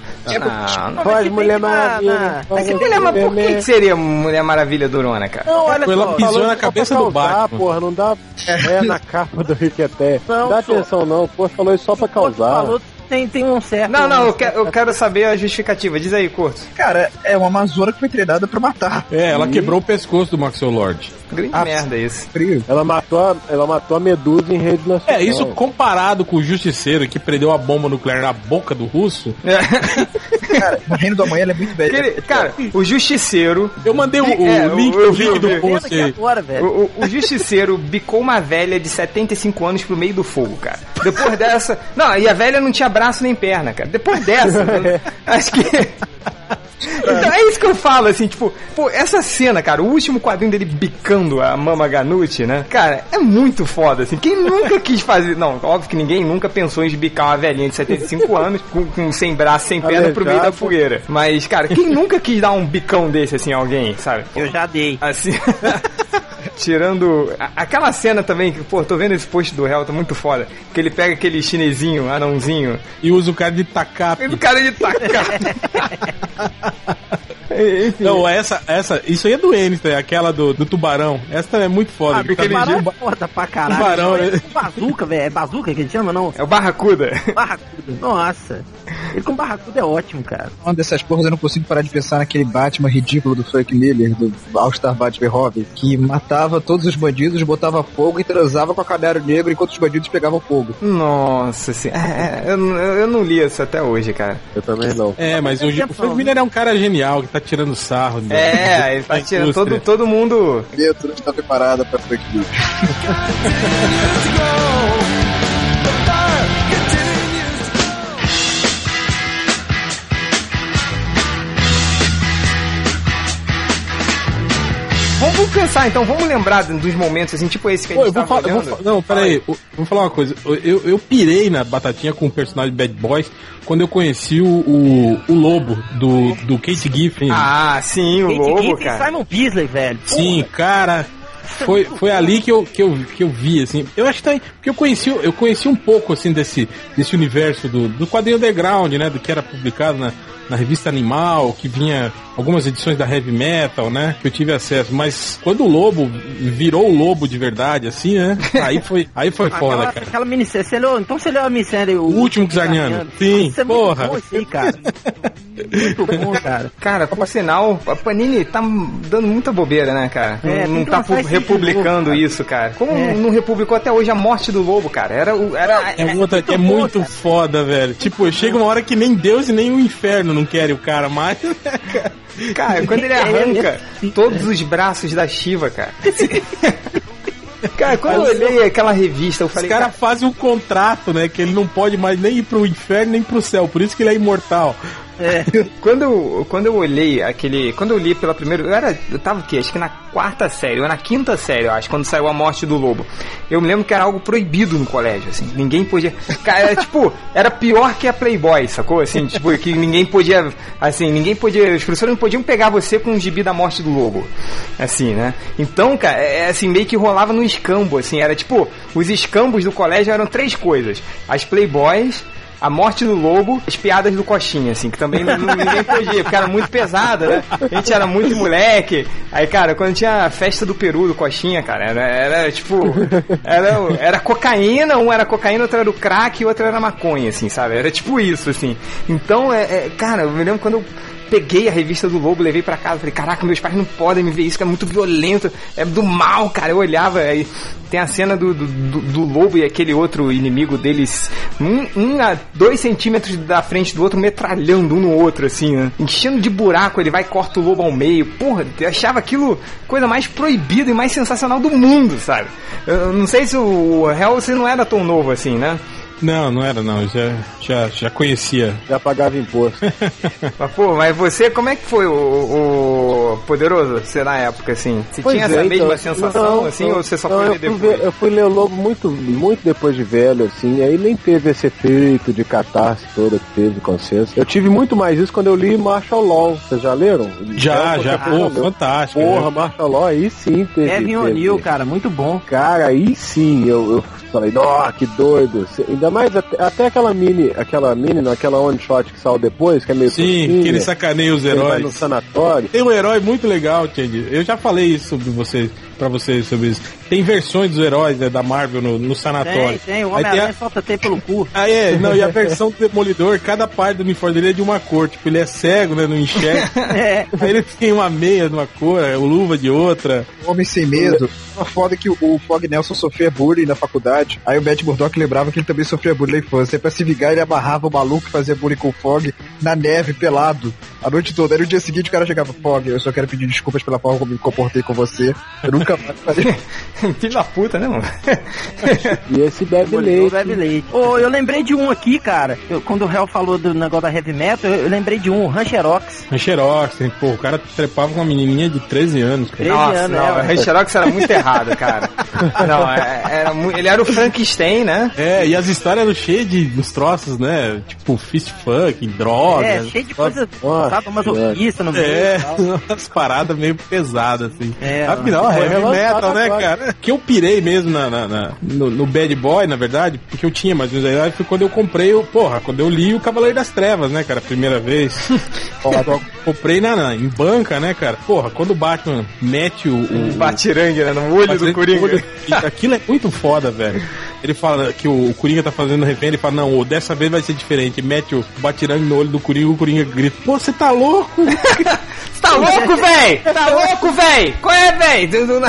não. não.
Pode,
que
Mulher
tem que-
Maravilha.
na-
Mas que mulher, mas por que que seria Mulher Maravilha durona, cara?
Não, olha
Ela
só.
pisou
Falando
na
só
cabeça
pra
do
causar,
Batman.
porra, não dá é na capa do Riqueté.
Não,
Dá
só-
atenção não, pô, falou isso só pra
Pô, tu
causar.
falou, tem, tem um certo...
Não, não,
um
eu, que, eu quero saber a justificativa. Diz aí, Curto.
Cara, é uma Amazona que foi treinada pra matar.
É, ela quebrou o pescoço do Maxwell Lord.
Grande
Ah,
merda isso.
Frio.
Ela matou, a, ela matou a Medusa em rede nacional.
É, isso comparado com o Justiceiro que prendeu a bomba nuclear na boca do russo.
Cara, no Reino do Amanhã ela é muito velha.
Aquele- cara, o Justiceiro...
Eu mandei o, o
É,
link,
eu- eu
o
vi,
link
eu
do
vi.
post
aqui
aí.
agora, velho.
O, o, o Justiceiro bicou uma velha de setenta e cinco anos pro meio do fogo, cara. Depois dessa... Não, e a velha não tinha braço nem perna, cara. Depois dessa, eu- acho que... Então é isso que eu falo, assim, tipo, pô, essa cena, cara, o último quadrinho dele bicando a Mama Ganucci, né? Cara, é muito foda, assim. Quem nunca quis fazer... Não, óbvio que ninguém nunca pensou em bicar uma velhinha de setenta e cinco anos com, com sem braço, sem perna pro meio da fogueira. Mas, cara, quem nunca quis dar um bicão desse, assim, a alguém, sabe?
Eu já dei.
Assim... Tirando... a- Aquela cena também, que, pô, tô vendo esse post do réu, tá muito foda. Que ele pega aquele chinesinho, anãozinho,
E usa o cara de tacar.
e o cara de tacar. Enfim.
Não, essa, essa, isso aí é do Ennis, né? Aquela do, do tubarão. Essa também é muito foda.
Ah, do
Ele tá
tubarão
vendendo-
é foda pra caralho.
Tubarão,
Não, é
né?
bazuca, velho. É bazuca que ele chama, não?
É o Barracuda.
Barracuda. Nossa. Ele com barracuda é ótimo, cara.
Uma dessas porras eu não consigo parar de pensar naquele Batman ridículo do Frank Miller, do All-Star Batman Robin, que matava todos os bandidos, botava fogo e transava com a Canário Negro enquanto os bandidos pegavam fogo.
Nossa, assim, é, é, eu, não- eu não li isso até hoje, cara.
Eu também não.
É, mas o, o Frank Miller é um cara genial, que tá tirando sarro. né?
É, ele tá
Da
tirando
indústria.
todo, todo mundo.
A criatura está preparada para Frank Miller.
Vamos pensar então, vamos lembrar dos momentos assim, tipo esse que a
Pô,
gente
eu vou
tava
falar, eu vou
olhando.
fa- não, pera aí, eu vou falar uma coisa. Eu, eu pirei na Batatinha com o personagem Bad Boys quando eu conheci o, o, o Lobo do, do Kate Giffen.
Ah, sim, o
Kate
Lobo,
Giffen e
cara.
Simon Beasley, velho.
Sim, cara. Foi, foi ali que eu, que, eu, que eu vi, assim. Eu acho que tá, porque eu conheci, eu conheci um pouco, assim, desse, desse universo do, do quadrinho underground, né? Do que era publicado na, na revista Animal, que vinha algumas edições da Heavy Metal, né? Que eu tive acesso. Mas quando o Lobo virou o Lobo de verdade, assim, né? Aí foi, aí foi foda,
Aquela,
cara.
aquela minissérie. Você leu, então você leu a minissérie. O,
O Último Czarniano. Sim,
Isso é
porra.
muito bom isso aí, cara. Muito bom, cara.
Cara, por sinal, a Panini tá dando muita bobeira, né, cara?
É,
não
tem
não
que
tá
lançar
pu-
esse
republicando
jogo,
isso, cara. Como
É.
não republicou até hoje a morte do Lobo, cara? Era o. Era,
É, outra que é
muito bom,
muito
cara.
foda, velho. Tipo, chega uma hora que nem Deus e nem o inferno não querem o cara mais.
Cara, quando ele arranca todos os braços da Shiva, cara. Cara, quando eu olhei aquela revista, eu
Os
falei,
caras fazem um contrato, né? Que ele não pode mais nem ir pro inferno nem pro céu. Por isso que ele é imortal.
É.
Quando eu, quando eu olhei aquele. Quando eu li pela primeira. Eu era. Eu tava o quê? Acho que na quarta série, ou na quinta série, eu acho, quando saiu A Morte do Lobo. Eu me lembro que era algo proibido no colégio, assim. Ninguém podia. Cara, era tipo. Era pior que a Playboy, sacou? Assim, tipo, que ninguém podia. Assim, ninguém podia. Os professores não podiam pegar você com um gibi da Morte do Lobo. Assim, né? Então, cara, é assim, meio que rolava no escambo, assim. Era tipo. Os escambos do colégio eram três coisas: as Playboys. A Morte do Lobo, as piadas do Coxinha, assim, que também não, não- ninguém podia, porque era muito pesada, né? A gente era muito moleque. Aí, cara, quando tinha a festa do Peru do Coxinha, cara, era, era tipo. Era, era cocaína, um era cocaína, outro era o crack e outro era maconha, assim, sabe? Era tipo isso, assim. Então, é, é, cara, eu me lembro quando eu peguei a revista do Lobo, levei pra casa, falei, caraca, meus pais não podem me ver isso, que é muito violento, é do mal, cara. Eu olhava, aí tem a cena do, do, do, do Lobo e aquele outro inimigo deles, um, um a dois centímetros da frente do outro, metralhando um no outro, assim, né? Enchendo de buraco, ele vai e corta o Lobo ao meio. Porra, eu achava aquilo coisa mais proibida e mais sensacional do mundo, sabe? Eu não sei se o Hell, você não era tão novo assim, né?
Não, não era não. Já, já, já conhecia.
Já pagava imposto.
Mas, pô, mas você, como é que foi o, o Poderoso, você na época, assim? Você
Pois
tinha
é,
essa
então,
mesma sensação,
não,
assim,
não,
ou você só
não,
foi
eu
ler
fui
depois?
ver- eu fui ler o Lobo muito, muito depois de velho, assim, aí nem teve esse efeito de catarse toda que teve consenso. Eu tive muito mais isso quando eu li Martial Law. Vocês já leram?
Já,
Então,
já,
você
pô,
leu?
fantástico.
Porra,
né?
Martial Law, aí sim teve.
Kevin
teve-
O'Neill, cara, muito bom.
Cara, aí sim, eu, eu falei, ó, que doido. Ainda mais até, até aquela mini, aquela mini, não, aquela one shot que saiu depois, que é meio
Sim,
tosquinha,
que ele sacaneia os
que ele vai no
heróis.
sanatório.
Tem um herói muito legal, Change. Eu já falei isso sobre vocês. pra vocês sobre isso. Tem versões dos heróis, né, da Marvel no, no sanatório.
Tem, tem. O Homem-Aranha a... solta até pelo cu.
Ah, é. Não, e a versão do Demolidor, cada parte do uniforme dele é de uma cor. Tipo, ele é cego, né, não enxerga. É. Aí ele tem uma meia de uma cor, luva de outra.
Homem Sem Medo. Uma foda que o, o Fog Nelson sofria bullying na faculdade. Aí o Matt Murdock lembrava que ele também sofria bullying na infância. Aí pra se vingar, ele amarrava o maluco que fazia bullying com o Fog na neve, pelado, a noite toda. Aí no dia seguinte o cara chegava: Fog, eu só quero pedir desculpas pela forma como me comportei com você. Eu nunca mais falei.
Filho da puta, né, mano?
E esse bebe leite.
Bebe leite. Oh, eu lembrei de um aqui, cara. Eu, quando o Hell falou do negócio da Heavy Metal, eu, eu lembrei de um, o Rancherox.
Rancherox, pô, o cara trepava com uma menininha de treze anos. Cara.
treze Nossa, anos, não, é, o Rancherox era muito errado, cara. Não, era, ele era o Frankenstein, né?
É, e as histórias eram cheias de uns troços, né? Tipo, fist funk, drogas.
É, cheio de coisa, sabe, masoquista no meio.
É, umas paradas meio pesadas, assim.
É,
afinal, é heavy metal, né, cara? Que eu pirei mesmo na, na, na no, no Bad Boy, na verdade, porque eu tinha mais ou menos a idade, foi quando eu comprei o, porra, quando eu li o Cavaleiro das Trevas, né, cara, primeira vez. Eu comprei na, na, em banca, né, cara? Porra, quando o Batman mete o... o
batirangue, né, no olho do Coringa. Olho,
aquilo é muito foda, velho. Ele fala que o, o Coringa tá fazendo refém, ele fala, não, dessa vez vai ser diferente. Mete o batirangue no olho do Coringa, o Coringa grita: pô, você tá louco?
Você tá louco, véi? Tá louco, véi? Qual é, véi?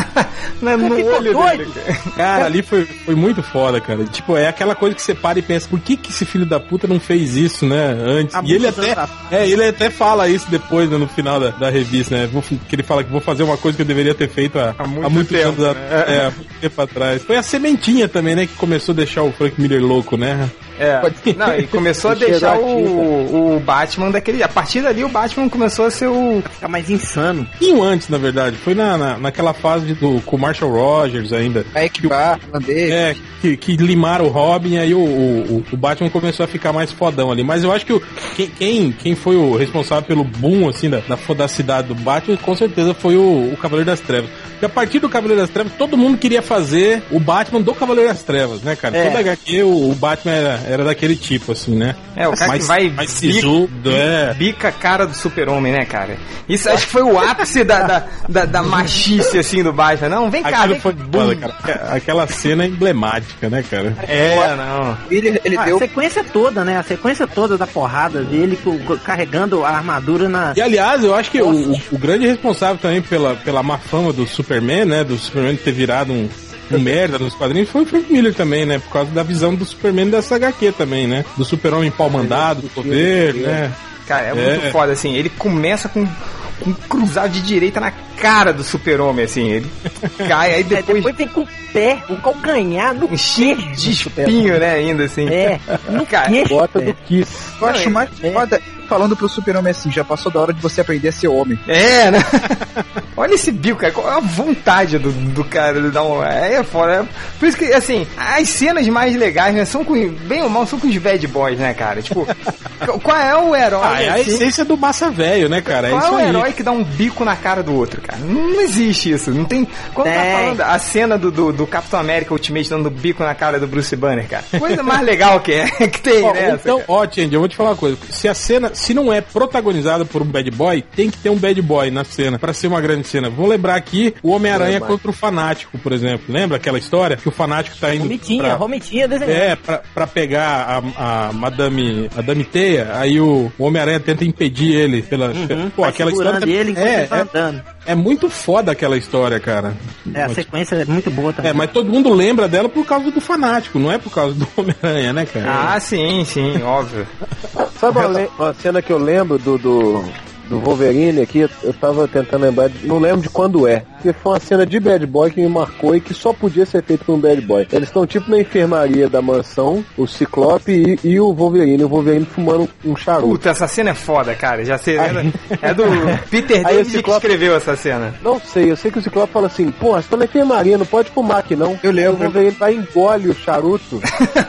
No, no olho dele.
Cara, ali foi, foi muito foda, cara. Tipo, é aquela coisa que você para e pensa: por que que esse filho da puta não fez isso, né, antes? A e ele até, é, ele até fala isso depois, né, no final da, da revista, né? Vou, que ele fala que vou fazer uma coisa que eu deveria ter feito há, há muito, há muito tempo, anos, né? é, há muito tempo atrás. Foi a sementinha também, né, que começou a deixar o Frank Miller louco, né?
É, não, e começou a deixar o, o Batman daquele... A partir dali o Batman começou a ser o...
ficar mais insano.
E antes, na verdade, foi na, na, naquela fase de, do, com o Marshall Rogers ainda.
É, que o Batman dele.
É, que, que limaram o Robin, e aí o, o, o Batman começou a ficar mais fodão ali. Mas eu acho que o, quem, quem, quem foi o responsável pelo boom, assim, da, da fodacidade do Batman, com certeza foi o, o Cavaleiro das Trevas. Porque a partir do Cavaleiro das Trevas, todo mundo queria fazer o Batman do Cavaleiro das Trevas, né, cara? É. Toda H Q, o, o Batman era, era daquele tipo, assim, né?
É, o cara
mais,
que vai
mais sisudo,
bica,
é.
bica a cara do Super-Homem, né, cara? Isso acho que foi o ápice da, da, da, da machice, assim, do Batman. Não, vem cá, vem
foi foda, cara. Aquela cena emblemática, né, cara?
É, não.
Ele, ele
ah,
deu...
A sequência toda, né? A sequência toda da porrada dele carregando a armadura na...
E, aliás, eu acho que o, o, o grande responsável também pela, pela má fama do Superman, né? Do Superman ter virado um... um merda nos quadrinhos, foi o Frank Miller também, né? Por causa da visão do Superman dessa H Q também, né? Do Super-Homem pau mandado, do poder, né?
Cara, é, é muito foda, assim. Ele começa com um cruzado de direita na cara do Super-Homem, assim. Ele cai, aí depois... É,
depois vem com o pé, o calcanhar no
cheio de espinho, né? Ainda assim.
É, no
cara,
queixo,
bota do Kiss.
Eu acho mais é. foda falando pro Super-Homem assim: já passou da hora de você aprender a ser homem.
É, né? Olha esse bico, cara. Qual é a vontade do, do cara de dar um... É foda. É, por isso que, assim, as cenas mais legais, né? São com... Bem ou mal, são com os bad boys, né, cara? Tipo, qual é o herói?
Ah, é a assim? essência do massa velho, né, cara?
Qual
é, isso
é o
aí.
herói que dá um bico na cara do outro, cara? Não, não existe isso. Não tem... Quando é. tá falando a cena do, do, do Capitão América Ultimate dando bico na cara do Bruce Banner, cara. Coisa mais legal que é, que tem,
ó,
né?
Então, ó, Change, eu vou te falar uma coisa. Se a cena, se não é protagonizada por um bad boy, tem que ter um bad boy na cena, pra ser uma grande cena. Vou lembrar aqui o Homem-Aranha contra o Fanático, por exemplo. Lembra aquela história? Que o Fanático tá indo
Romitinha,
pra...
Romitinha desenhada.
É, pra, pra pegar a, a Madame, Madame Teia, aí o, o Homem-Aranha tenta impedir ele pela...
Uhum,
pela pô, aquela história...
Ele
é,
ele tá andando.
É, é muito foda aquela história, cara.
É, a sequência é muito boa também.
É, mas todo mundo lembra dela por causa do Fanático, não é por causa do Homem-Aranha, né, cara?
Ah, sim, sim, óbvio.
Sabe uma, uma cena que eu lembro do, do, do Wolverine aqui? Eu tava tentando lembrar, de, não lembro de quando é. Porque foi uma cena de bad boy que me marcou e que só podia ser feito por um bad boy. Eles estão tipo na enfermaria da mansão, o Ciclope e, e o Wolverine. O Wolverine fumando um charuto.
Puta, essa cena é foda, cara. Já sei. Aí... É do Peter David Ciclope... que escreveu essa cena.
Não sei, eu sei que o Ciclope fala assim: pô, você tá na enfermaria, não pode fumar aqui não.
Eu lembro.
O Wolverine vai e engole o charuto.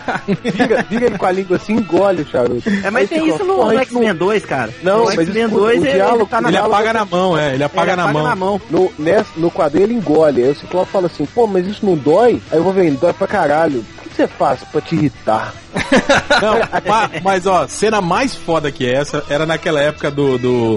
Vira, vira ele com a língua assim, engole o charuto.
É, mas aí tem Ciclope, isso no, no X-Men dois, cara.
Não,
no
mas
X-Men dois
o
ele,
diálogo,
ele tá na
ele
mão.
apaga na mão, é. Ele apaga,
ele
na,
apaga
mão.
na mão.
No, nessa, no quadrinho ele engole. Aí o Ciclope fala assim: pô, mas isso não dói? Aí o Wolverine: dói pra caralho. O que você faz pra te irritar?
Não, mas, mas ó, cena mais foda que essa era naquela época do... do...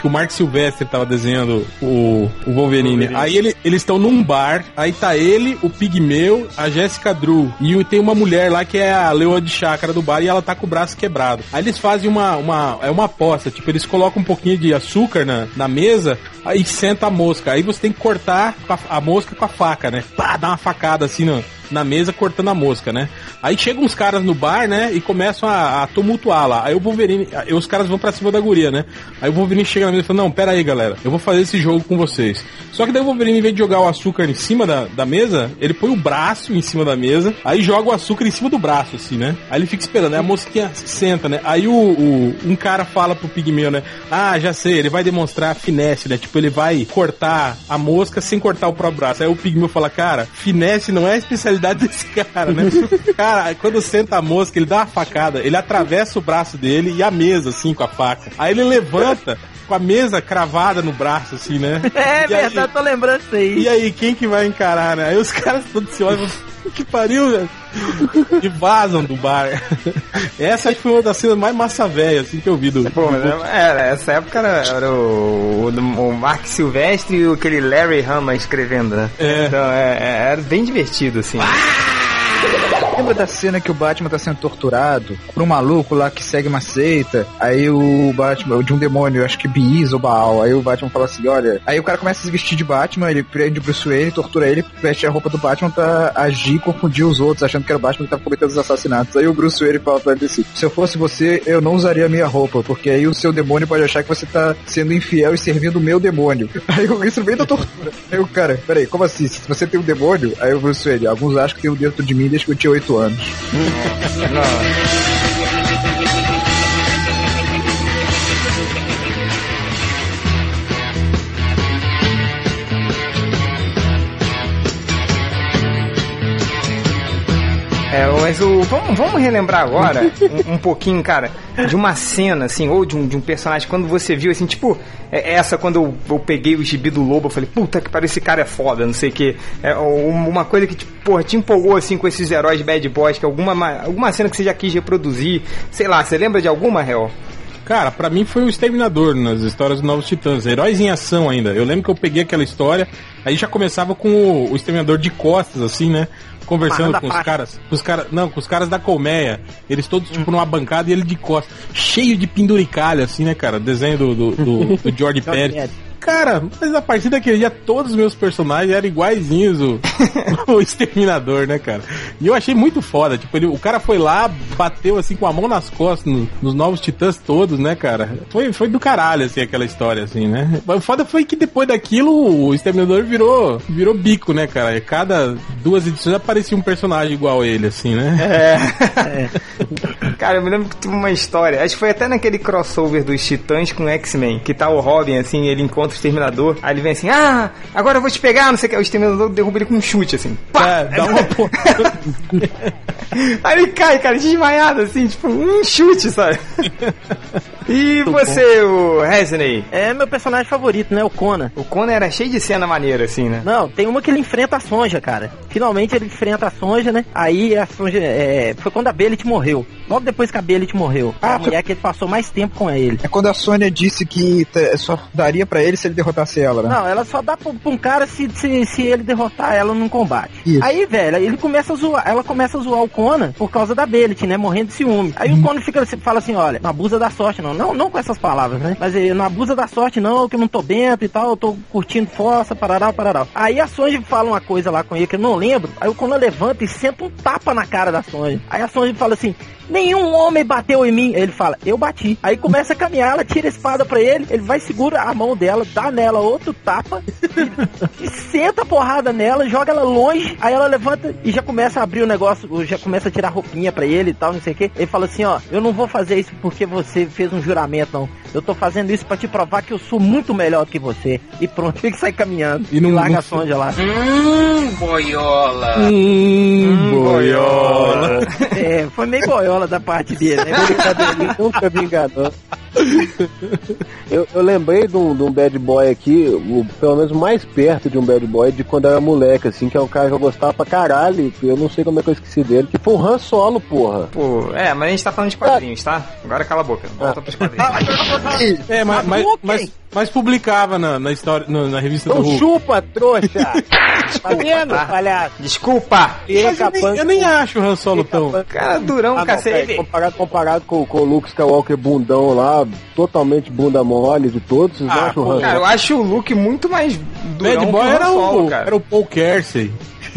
que o Mark Silvestre tava desenhando o, o Wolverine. Wolverine. Aí ele, eles estão num bar, aí tá ele, o Pigmeu, a Jessica Drew, e tem uma mulher lá que é a leoa de chácara do bar e ela tá com o braço quebrado. Aí eles fazem uma, uma, é uma aposta, tipo, eles colocam um pouquinho de açúcar na, na mesa, aí senta a mosca. Aí você tem que cortar a, a mosca com a faca, né? Pá, dá uma facada assim no... na mesa cortando a mosca, né? Aí chegam uns caras no bar, né? E começam a, a tumultuar lá. Aí o Wolverine, aí os caras vão pra cima da guria, né? Aí o Wolverine chega na mesa e fala, não, pera aí, galera, eu vou fazer esse jogo com vocês. Só que daí o Wolverine, em vez de jogar o açúcar em cima da, da mesa, ele põe o braço em cima da mesa, aí joga o açúcar em cima do braço, assim, né? Aí ele fica esperando, aí a mosquinha senta, né? Aí o, o um cara fala pro Pigmeu, né? Ah, já sei, ele vai demonstrar finesse, né? Tipo, ele vai cortar a mosca sem cortar o próprio braço. Aí o Pigmeu fala, cara, finesse não é a especialidade desse cara, né? Cara, quando senta a mosca, ele dá uma facada, ele atravessa o braço dele e a mesa, assim, com a faca. Aí ele levanta com a mesa cravada no braço, assim, né?
É
e
verdade,
aí,
tô lembrando isso aí.
E aí, quem que vai encarar, né? Aí os caras todos se olham, que pariu, velho. E vazam do bar. Essa acho que foi uma das cenas mais massa velha, assim, que eu vi do...
Pô, mas era, essa época era, era o, o, o Mark Silvestre e aquele Larry Hama escrevendo, né?
É.
Então, é, é, era bem divertido, assim.
Lembra da cena que o Batman tá sendo torturado por um maluco lá que segue uma seita? Aí o Batman, de um demônio, acho que Biiz ou Baal. Aí o Batman fala assim, olha... Aí o cara começa a se vestir de Batman, ele prende o Bruce Wayne, tortura ele, veste a roupa do Batman pra agir e confundir os outros, achando que era o Batman que tava cometendo os assassinatos. Aí o Bruce Wayne fala pra ele assim, se eu fosse você, eu não usaria a minha roupa, porque aí o seu demônio pode achar que você tá sendo infiel e servindo o meu demônio. Aí isso vem da tortura. Aí o cara, peraí, como assim? Se você tem um demônio, aí o Bruce Wayne, alguns acham que tem um dentro de mim desde que eu tinha oito anos.
É, mas o, vamos, vamos relembrar agora um, um pouquinho, cara, de uma cena, assim, ou de um, de um personagem, quando você viu, assim, tipo, é, essa, quando eu, eu peguei o gibi do Lobo, eu falei, puta que pariu, esse cara é foda, não sei o que. É, uma coisa que, tipo, porra, te empolgou, assim, com esses heróis bad boys, que alguma, alguma cena que você já quis reproduzir, sei lá, você lembra de alguma, Hel?
Cara, pra mim foi o Exterminador nas histórias dos Novos Titãs, heróis em ação ainda. Eu lembro que eu peguei aquela história, aí já começava com o, o Exterminador de costas, assim, né? Conversando com os caras, com os caras, não, com os caras da colmeia, eles todos tipo numa bancada e ele de costas, cheio de penduricalho, assim, né, cara? Desenho do, do, do, do George Pérez. Cara, mas a partir daquele dia todos os meus personagens eram iguaizinhos o, o Exterminador, né, cara? E eu achei muito foda, tipo, ele, o cara foi lá, bateu assim com a mão nas costas no, nos Novos Titãs todos, né, cara? Foi, foi do caralho, assim, aquela história, assim, né? O foda foi que depois daquilo o Exterminador virou, virou bico, né, cara? E cada duas edições aparecia um personagem igual a ele, assim, né?
É. é. Cara, eu me lembro que teve uma história, acho que foi até naquele crossover dos Titãs com X-Men, que tá o Robin, assim, ele encontra o Exterminador, aí ele vem assim, ah, agora eu vou te pegar, não sei o que, o Exterminador derruba ele com um chute, assim, pá! É, dá uma porra. Aí ele cai, cara, desmaiado, assim, tipo, um chute, sabe? E muito você, bom. O Resney?
É meu personagem favorito, né, o Conan.
O Conan era cheio de cena maneira, assim, né?
Não, tem uma que ele enfrenta a Sonja, cara. Finalmente ele enfrenta a Sonja, né? Aí a Sonja, é, foi quando a Belit morreu. Logo depois que a Belit morreu. Ah, a mulher que ele passou mais tempo com ele.
É quando a Sônia disse que t- só daria pra ele se ele derrotasse ela, né?
Não, ela só dá pra, pra um cara se, se, se ele derrotar ela num combate.
Isso.
Aí, velho, ele começa a zoar, ela começa a zoar o Conan por causa da Belit, né? Morrendo de ciúme. Aí hum. o Conan fica, fala assim, olha, não abusa da sorte, não. Não, não com essas palavras, né? Mas ele não abusa da sorte, não, que eu não tô dentro e tal, eu tô curtindo força, parará, parará. Aí a Sonja fala uma coisa lá com ele que eu não lembro. Aí o Conan levanta e senta um tapa na cara da Sonja. Aí a Sonja fala assim, nenhum homem bateu em mim. Ele fala, eu bati. Aí começa a caminhar, ela tira a espada pra ele, ele vai, segura a mão dela, dá nela outro tapa e, e senta a porrada nela, joga ela longe. Aí ela levanta e já começa a abrir o negócio, já começa a tirar roupinha pra ele e tal, não sei o que. Ele fala assim, ó, eu não vou fazer isso porque você fez um juramento, não. Eu tô fazendo isso pra te provar que eu sou muito melhor do que você. E pronto, ele sai caminhando e, não, e larga não... a Sonja lá.
Hum, boiola.
Hum, boiola.
É, foi meio boiola da parte dele, né? Ele nunca me enganou.
eu, eu lembrei de um, de um bad boy aqui, o, pelo menos mais perto de um bad boy de quando eu era moleque, assim, que é um cara que eu gostava pra caralho, eu não sei como é que eu esqueci dele, que foi o Han Solo, porra.
Pô, é, mas a gente tá falando de quadrinhos, tá? Agora cala a boca, volta ah. pros quadrinhos.
É, mas, mas, mas, mas publicava na, na história, na, na revista
não
do Hulk.
Chupa, trouxa! Tá vendo,
tá?
palhaço?
Desculpa!
Mas eu, nem, eu nem acho o Han Solo tão...
Cara, durão, ah, cacete.
Comparado, comparado com, com o Luke Skywalker bundão lá, totalmente bunda mole de todos, vocês
ah,
acham o Han
Solo? Cara, eu acho o Luke muito mais durão
Bad Boy
que o
era
Han Solo,
o,
cara.
Era o Paul Kersey.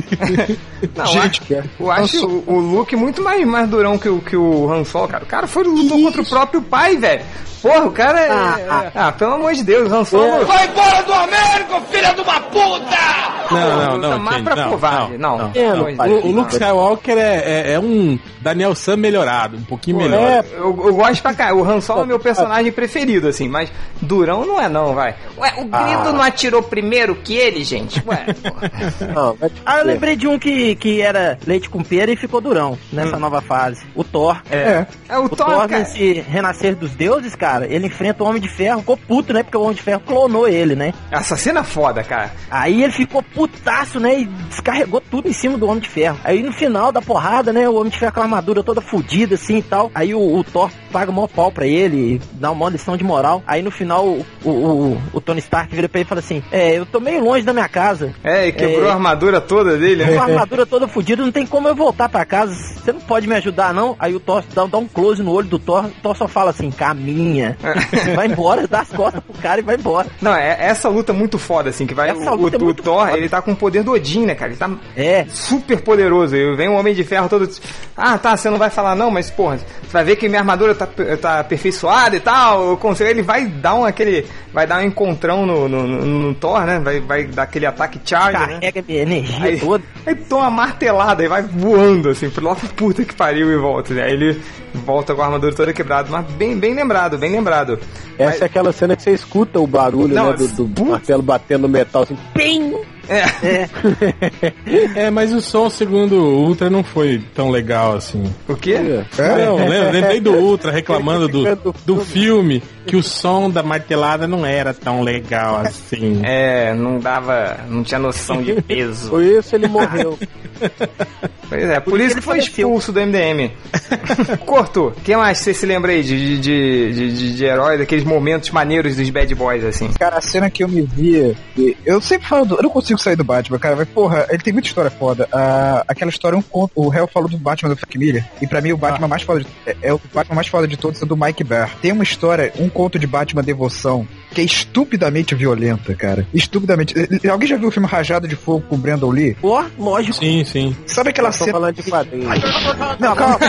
Não, gente, eu acho, eu acho o, o Luke muito mais, mais durão que o, que o Han Solo, cara. O cara foi lutou contra o próprio pai, velho. Porra, o cara é... Ah, é, ah, pelo amor de Deus, o Han Solo... É.
Vai embora do Américo, filha de uma puta!
Não, não, não,
mais pra
não,
covarde. Não, não,
não,
não,
não, não. O, o Luke Skywalker é, é, é um Daniel San melhorado, um pouquinho Pô, melhor.
É, eu, eu gosto pra cá. O Han Solo é meu personagem preferido, assim, mas durão não é não, vai. Ué, o Grido ah. não atirou primeiro que ele, gente? Ué,
não, ah, eu lembrei de um que, que era leite com pera e ficou durão nessa hum. nova fase. O Thor.
É, é. é o,
o Thor, Thor nesse Renascer dos Deuses, cara, ele enfrenta o Homem de Ferro, ficou puto, né? Porque o Homem de Ferro clonou ele, né?
Essa cena é foda, cara.
Aí ele ficou putaço, né? E descarregou tudo em cima do Homem de Ferro. Aí no final da porrada, né? O Homem de Ferro com a armadura toda fodida, assim e tal. Aí o, o Thor paga o maior pau pra ele, dá uma lição de moral. Aí no final o, o, o, o Tony Stark vira pra ele e fala assim: É, eu tô meio longe da minha casa.
É, e quebrou é, a armadura toda dele, né?
A armadura toda fodida, não tem como eu voltar pra casa. Você não pode me ajudar, não? Aí o Thor dá, dá um close no olho do Thor. O Thor só fala assim: caminha. Vai embora, dá as costas pro cara e vai embora.
Não, é essa luta é muito foda, assim, que vai essa o, o, é o Thor, foda. Ele tá com o poder do Odin, né, cara? Ele tá é. super poderoso. E vem um Homem de Ferro todo... Ah, tá, você não vai falar não, mas, porra, você vai ver que minha armadura tá, tá aperfeiçoada e tal. Eu consigo... Ele vai dar um aquele... Vai dar um encontrão no, no, no, no Thor, né? Vai, vai dar aquele ataque charge,
Carrega
né?
minha energia
aí,
toda.
Aí toma uma martelada e vai voando, assim, pro lado puta que pariu e volta, né? Aí ele volta com a armadura toda quebrada. Mas bem, bem lembrado, bem lembrado.
Essa
mas...
é aquela cena que você escuta o barulho, não, né, do, do martelo batendo no metal, assim, pim!
É.
É. É, mas o som, segundo o Ultra, não foi tão legal assim.
O quê?
É? Não, lembrei do Ultra reclamando do, do filme que o som da martelada não era tão legal assim.
É, não dava, não tinha noção de peso.
Por isso ele morreu.
Pois é, por, por isso que foi expulso do M D M. Corto, o que mais você se lembra aí de, de, de, de, de herói, daqueles momentos maneiros dos bad boys, assim?
Cara, a cena que eu me via, eu sempre falo, do, eu não consigo sair do Batman, cara, mas porra, ele tem muita história foda. Ah, aquela história, um conto, o Hell falou do Batman do Frank Miller, e pra mim o Batman ah. mais foda de, é, é o Batman mais foda de todos, é do Mike Barr. Tem uma história, um conto de Batman Devoção, que é estupidamente violenta, cara. Estupidamente. Alguém já viu o filme Rajada de Fogo com o Brandon Lee?
Pô, lógico.
Sim, sim.
Sabe aquela cena...
falando de quadrinhos.
Não, calma.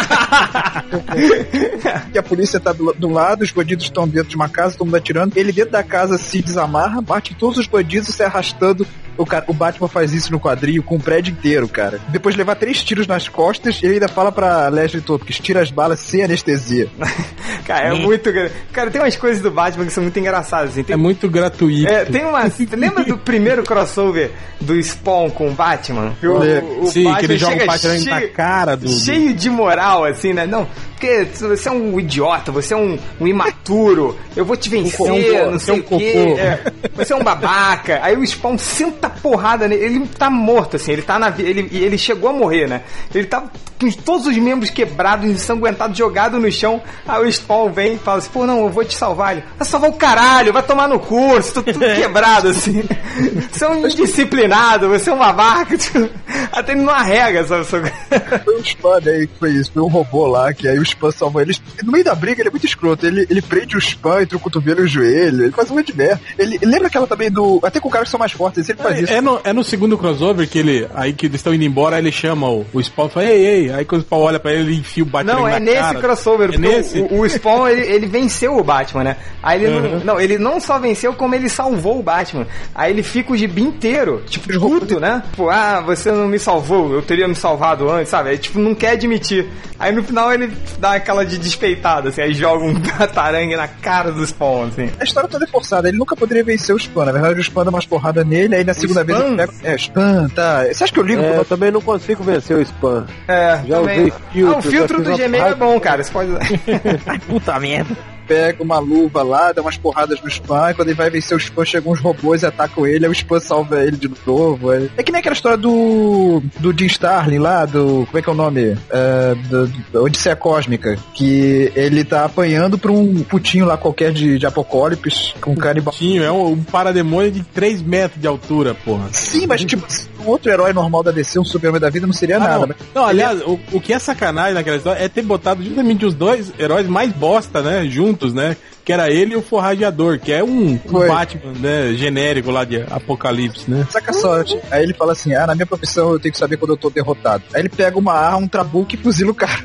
E a polícia tá do, do lado, os bandidos estão dentro de uma casa, todo mundo atirando. Ele dentro da casa se desamarra, bate todos os bandidos se arrastando. O, cara, o Batman faz isso no quadrinho com o prédio inteiro, cara. Depois de levar três tiros nas costas, ele ainda fala pra Leslie Tompkins, tira as balas sem anestesia.
Cara, é hum. muito... Cara, tem umas coisas do Batman que são muito engraçadas, assim. Tem...
É muito gratuito.
É, tem uma... Lembra do primeiro crossover do Spawn com o Batman?
O, o Sim, Batman que ele joga o Batman cheio, na cara do...
Cheio de moral, assim, né? Não, porque você é um idiota, você é um, um imaturo, eu vou te vencer, um, não sei um o quê. É, você é um babaca. Aí o Spawn senta porrada nele, ele tá morto, assim, ele tá na ele ele chegou a morrer, né? Ele tá com todos os membros quebrados, ensanguentados, jogados no chão. Aí o Spawn vem e fala assim: pô, não, eu vou te salvar. Ele vai salvar o caralho, vai tomar no curso, tô tudo quebrado, assim. Você é um indisciplinado, você é um babaca. Tipo, até ele não arrega, sabe?
Foi um Spam aí que foi isso, foi um robô lá, que aí o Spam salva ele. No meio da briga ele é muito escroto, ele, ele prende o Spam entre o cotovelo e o joelho, ele faz uma de merda. Ele, lembra aquela também do. Até com caras que são mais fortes, ele faz
é,
isso.
É no, é no segundo crossover que ele. Aí que eles estão indo embora, aí ele chama o, o Spawn e fala: ei, ei. Aí quando o Spawn olha pra ele, ele enfia o Batman
não,
na
é nesse
cara.
crossover.
É nesse?
O, o Spawn, ele, ele venceu o Batman, né? Aí ele uhum. não, não, ele não só venceu, como ele salvou o Batman. Aí ele fica o gibi inteiro, tipo, puto, né? Tipo, ah, você não me salvou, eu teria me salvado antes, sabe? Aí, tipo, não quer admitir. Aí no final ele dá aquela de despeitada, assim, aí joga um batarangue na cara do Spawn, assim.
A história toda é forçada, ele nunca poderia vencer o Spawn. Na verdade, o Spawn dá umas porradas nele, aí na o segunda Spam? vez ele pega... É, Spam, tá. Você acha que eu ligo?
É,
pro...
eu também não consigo vencer o Spam.
É,
já
também.
usei filtro.
Ah, o filtro do Gmail é bom, cara, você pode usar.
Puta merda.
pega uma luva lá, dá umas porradas no Spam, e quando ele vai vencer o Spam, chegam uns robôs e atacam ele, aí o Spam salva ele de novo. É, é que nem aquela história do do Jim Starlin lá, do... como é que é o nome? Uh, do, do Odisseia Cósmica, que ele tá apanhando pra um putinho lá qualquer de, de Apocalipse, com um canibal.
Putinho, é um, um parademônio de três metros de altura, porra.
Sim, mas tipo, um outro herói normal da D C, um Superman da vida, não seria ah, nada.
Não,
mas...
não aliás, o, o que é sacanagem naquela história é ter botado justamente os dois heróis mais bosta, né, juntos, né, que era ele e o Forrageador, que é um, um Batman, né, genérico lá de Apocalipse, né.
Saca só, aí ele fala assim, ah, na minha profissão eu tenho que saber quando eu tô derrotado. Aí ele pega uma arma, um trabuco e fuzila o cara.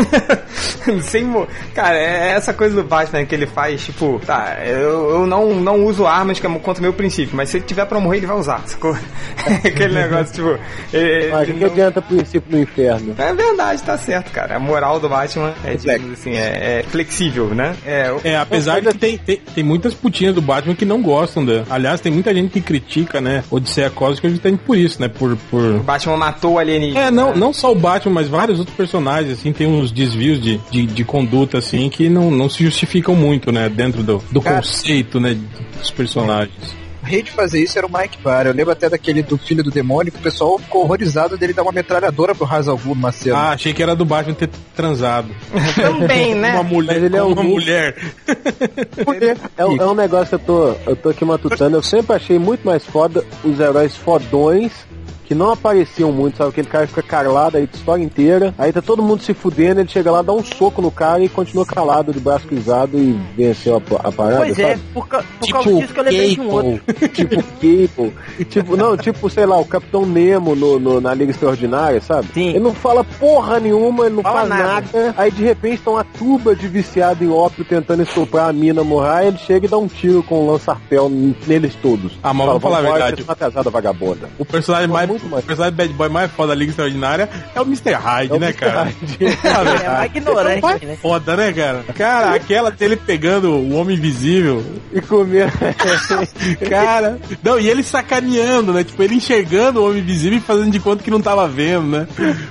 Sem mo... Cara, é essa coisa do Batman que ele faz, tipo, tá, eu, eu não, não uso armas que é contra o meu princípio, mas se ele tiver pra morrer, ele vai usar, sacou? Aquele negócio, tipo...
Ele, ah, que, não... que adianta princípio no inferno?
É verdade, tá certo, cara. A moral do Batman é, digamos assim, é, é flexível, né?
É, é apesar de que tem, tem, tem muitas putinhas do Batman que não gostam dela. Aliás, tem muita gente que critica, né, Odisseia Cósmica justamente por isso, né, por... por...
O Batman matou o alienígena.
É, não, não só o Batman, mas vários outros personagens, assim, tem uns desvios de, de, de conduta, assim, que não, não se justificam muito, né, dentro do, do Cara, conceito, né, dos personagens.
O rei de fazer isso era o Mike Barr. Eu lembro até daquele do Filho do Demônio, que o pessoal ficou horrorizado dele dar uma metralhadora pro Ra's al Ghul numa cena.
Ah, achei que era do Batman ter transado.
Também, né?
Uma mulher,
Mas ele é um
uma mulher.
É, é um negócio que eu tô, eu tô aqui matutando. Eu sempre achei muito mais foda os heróis fodões que não apareciam muito, sabe? Aquele cara fica calado aí a história inteira, aí tá todo mundo se fudendo, ele chega lá, dá um soco no cara e continua calado, de braço cruzado e venceu a, a parada,
Pois
sabe?
é, por, ca por
tipo
causa disso que eu lembrei de um outro.
Tipo Cable. Tipo, não, tipo, sei lá, o Capitão Nemo no, no, na Liga Extraordinária, sabe?
Sim.
Ele não fala porra nenhuma, ele não
fala
faz nada. nada, aí de repente tá uma turba de viciado em ópio tentando estuprar a mina morrer, ele chega e dá um tiro com um lança-arpel neles todos.
Ah, mas vamos falar a verdade.
Uma pesada vagabunda.
O personagem mais, mais. O personagem bad boy mais foda da Liga Extraordinária é o mister Hyde, é né, cara?
É mais ignorante,
é né? Foda, né, cara? Cara, aquela dele pegando o Homem Invisível
e comendo.
Cara, não, e ele sacaneando, né? Tipo, ele enxergando o Homem Invisível e fazendo de conta que não tava vendo, né?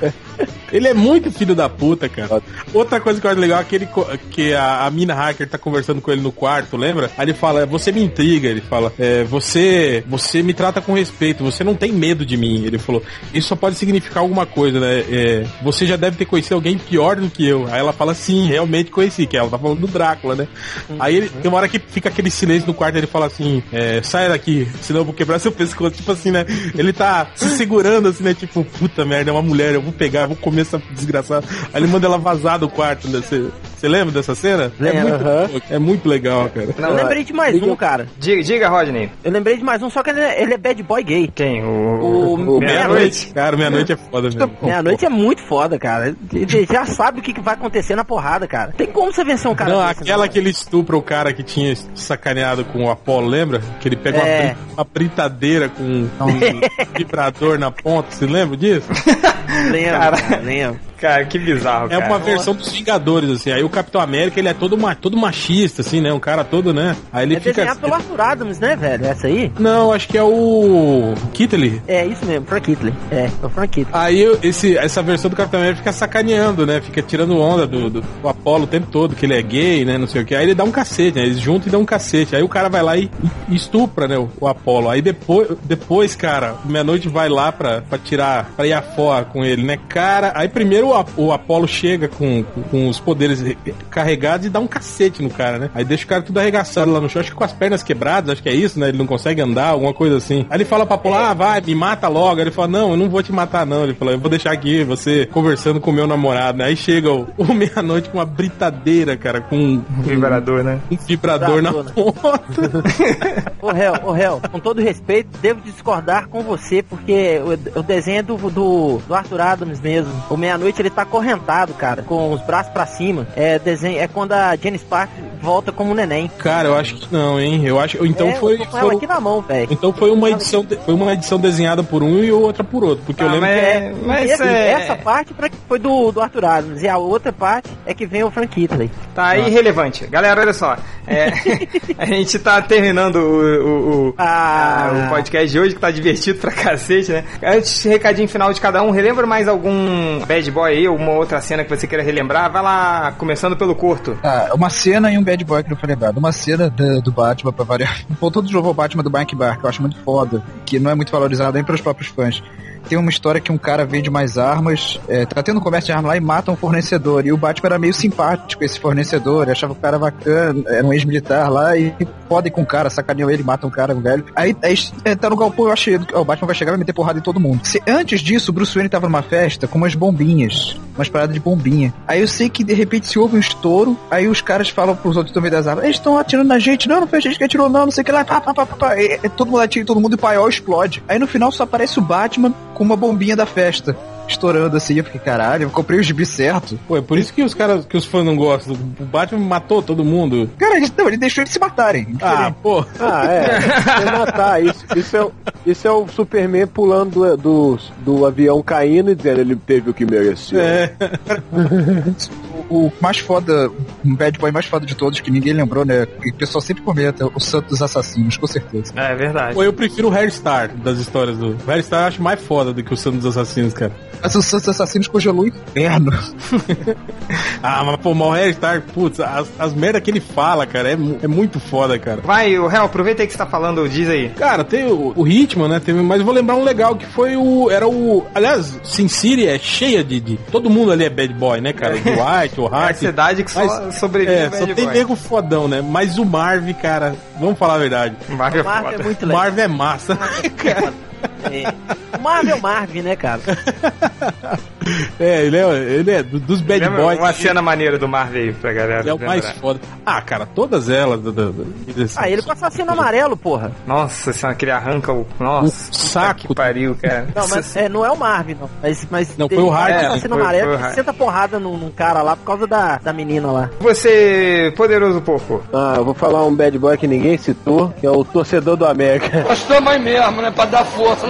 Ele é muito filho da puta, cara. Outra coisa que eu acho legal é aquele que a, a mina hacker tá conversando com ele no quarto, lembra? Aí ele fala, você me intriga, ele fala, é, você você me trata com respeito, você não tem medo de mim. Ele falou, isso só pode significar alguma coisa, né? É, você já deve ter conhecido alguém pior do que eu. Aí ela fala, sim, realmente conheci, que ela tá falando do Drácula, né? Uhum. Aí ele, tem uma hora que fica aquele silêncio no quarto, ele fala assim, é, sai daqui, senão eu vou quebrar seu pescoço. Tipo assim, né? Ele tá se segurando assim, né? Tipo, puta merda, é uma mulher, eu vou pegar, eu vou comer essa desgraçada. Aí ele manda ela vazar do quarto, né? Você, você lembra dessa cena?
É muito,
uh-huh. é muito legal, cara.
Não, eu lembrei de mais um, cara.
Diga, diga, Rodney.
Eu lembrei de mais um, só que ele é, ele é bad boy gay.
Quem?
O, o, o
Meia-Noite. Cara, Meia-Noite é foda mesmo.
Meia-Noite é muito foda, cara. Ele já sabe o que vai acontecer na porrada, cara. Tem como você vencer um cara
Não,
desse,
aquela
não,
que ele estupra o cara que tinha sacaneado com o Apollo, lembra? Que ele pega é. uma, uma britadeira com um vibrador na ponta, você lembra disso?
Lembro, cara, lembro.
Cara, que bizarro,
é cara. É uma versão dos Vingadores, assim. Aí o Capitão América, ele é todo, ma todo machista, assim, né? Um cara todo, né? Aí ele
é
fica...
desenhado pelo Arthur Adams, né, velho? Essa aí?
Não, acho que é o... Kittley.
É, isso mesmo, Frank Kittley. É, é o Frank Kittley.
Aí esse, essa versão do Capitão América fica sacaneando, né? Fica tirando onda do, do, do Apollo o tempo todo, que ele é gay, né? Não sei o que. Aí ele dá um cacete, né? Eles juntam e dão um cacete. Aí o cara vai lá e, e estupra, né? O, o Apollo. Aí depois, depois cara, Meia-Noite vai lá pra, pra tirar, pra ir afora com ele, né? Cara, aí primeiro o, o Apollo chega com, com, com os poderes carregados e dá um cacete no cara, né? Aí deixa o cara tudo arregaçado lá no chão, acho que com as pernas quebradas, acho que é isso, né? Ele não consegue andar, alguma coisa assim. Aí ele fala pra Apollo, ah, vai, me mata logo. Aí ele fala, não, eu não vou te matar não. Ele fala, eu vou deixar aqui você conversando com o meu namorado, né? Aí chega o, o Meia-Noite com uma britadeira, cara, com um
vibrador, né?
Um vibrador na ponta.
Ô, réu, ô, réu, com todo respeito, devo discordar com você, porque o, o desenho do, do, do Arthur Adams mesmo, o Meia-Noite, ele tá correntado, cara, com os braços pra cima. É desenho, é quando a Jenny Spark volta como um neném.
Cara, eu acho que não, hein? Eu acho, então
é,
foi,
eu tô com ela aqui na mão, velho.
Então foi uma edição, de, foi uma edição desenhada por um e outra por outro, porque ah, eu lembro
mas,
que
é, mas esse, é... essa parte pra, foi do, do Arthur Adams e a outra parte é que vem o Frank Kittley.
Tá ah. irrelevante. Galera, olha só. É, a gente tá terminando o, o, o, ah. a, o podcast de hoje, que tá divertido pra cacete, né? Antes, recadinho final de cada um, relembra mais algum bad boy boy aí, uma outra cena que você queira relembrar, vai lá, começando pelo curto.
Ah, uma cena e um bad boy que não foi lembrado. Uma cena do, do Batman, pra variar. Voltou de novo ao Batman do Mike Barr, que eu acho muito foda, que não é muito valorizado nem pelos próprios fãs. Tem uma história que um cara vende mais armas, é, tá tendo um comércio de armas lá e mata um fornecedor. E o Batman era meio simpático, esse fornecedor, achava o cara bacana, era um ex-militar lá e podem com o cara, sacaneam ele, matam o cara, um velho. Aí, aí é, tá no galpão, eu achei, ó, o Batman vai chegar e vai meter porrada em todo mundo. Se, antes disso, o Bruce Wayne tava numa festa com umas bombinhas, umas paradas de bombinha. Aí eu sei que de repente se houve um estouro, aí os caras falam pros outros também das armas, eles estão atirando na gente, não, não foi a gente que atirou não, não sei o que lá, pá, pá, pá, pá, pá. E, e, todo mundo atira em todo mundo e o paiol explode. Aí no final só aparece o Batman com uma bombinha da festa, estourando assim, eu fiquei, caralho, eu comprei o gibi certo.
Pô, é por isso que os caras, que os fãs não gostam. O Batman matou todo mundo.
Cara, ele, não, ele deixou eles se matarem.
Ah, pô.
Ah, é. Você matar, isso, isso, é, isso é o Superman pulando do, do, do avião caindo e dizendo ele teve o que mereceu.
É.
O, o mais foda, um bad boy mais foda de todos, que ninguém lembrou, né? E o pessoal sempre comenta, o Santo dos Assassinos, com certeza.
É verdade.
Pô, eu prefiro o Hairstar das histórias do... O Hairstar eu acho mais foda do que o Santo dos Assassinos, cara.
Mas o Santos Assassinos congelou o inferno.
Ah, mas pô, o Hairstar, putz, as, as merdas que ele fala, cara, é, é muito foda, cara.
Vai, o Real, aproveita aí que você tá falando, diz aí.
Cara, tem o, o Hitman, né? Tem, mas eu vou lembrar um legal que foi o. Era o. Aliás, Sin City é cheia de. de todo mundo ali é bad boy, né, cara? O White, o Hart.
É a cidade que só
mas,
sobrevive.
É, só tem nego fodão, né? Mas o Marv, cara, vamos falar a verdade.
O Marv é,
o Marv é muito
legal. O Marv é massa.
É. O Marv é o Marv, né, cara?
É, ele é, ele é dos bad
Lembra
boys.
Uma cena maneira do Marv aí pra galera.
Ele é o
lembrar.
mais foda. Ah, cara, todas elas. Do, do, do,
ah, ele com o assassino amarelo, porra.
Nossa senhora, que ele arranca o. Nossa,
o saco.
Que pariu, cara.
Não, mas é, não é o Marv, não. Mas, mas
não, foi o Hart.
O assassino
foi,
amarelo
foi
que senta porrada num, num cara lá por causa da, da menina lá.
Você, poderoso porco.
Ah, eu vou falar um bad boy que ninguém citou, que é o torcedor do América.
Nós estamos aí mesmo, né? Pra dar força.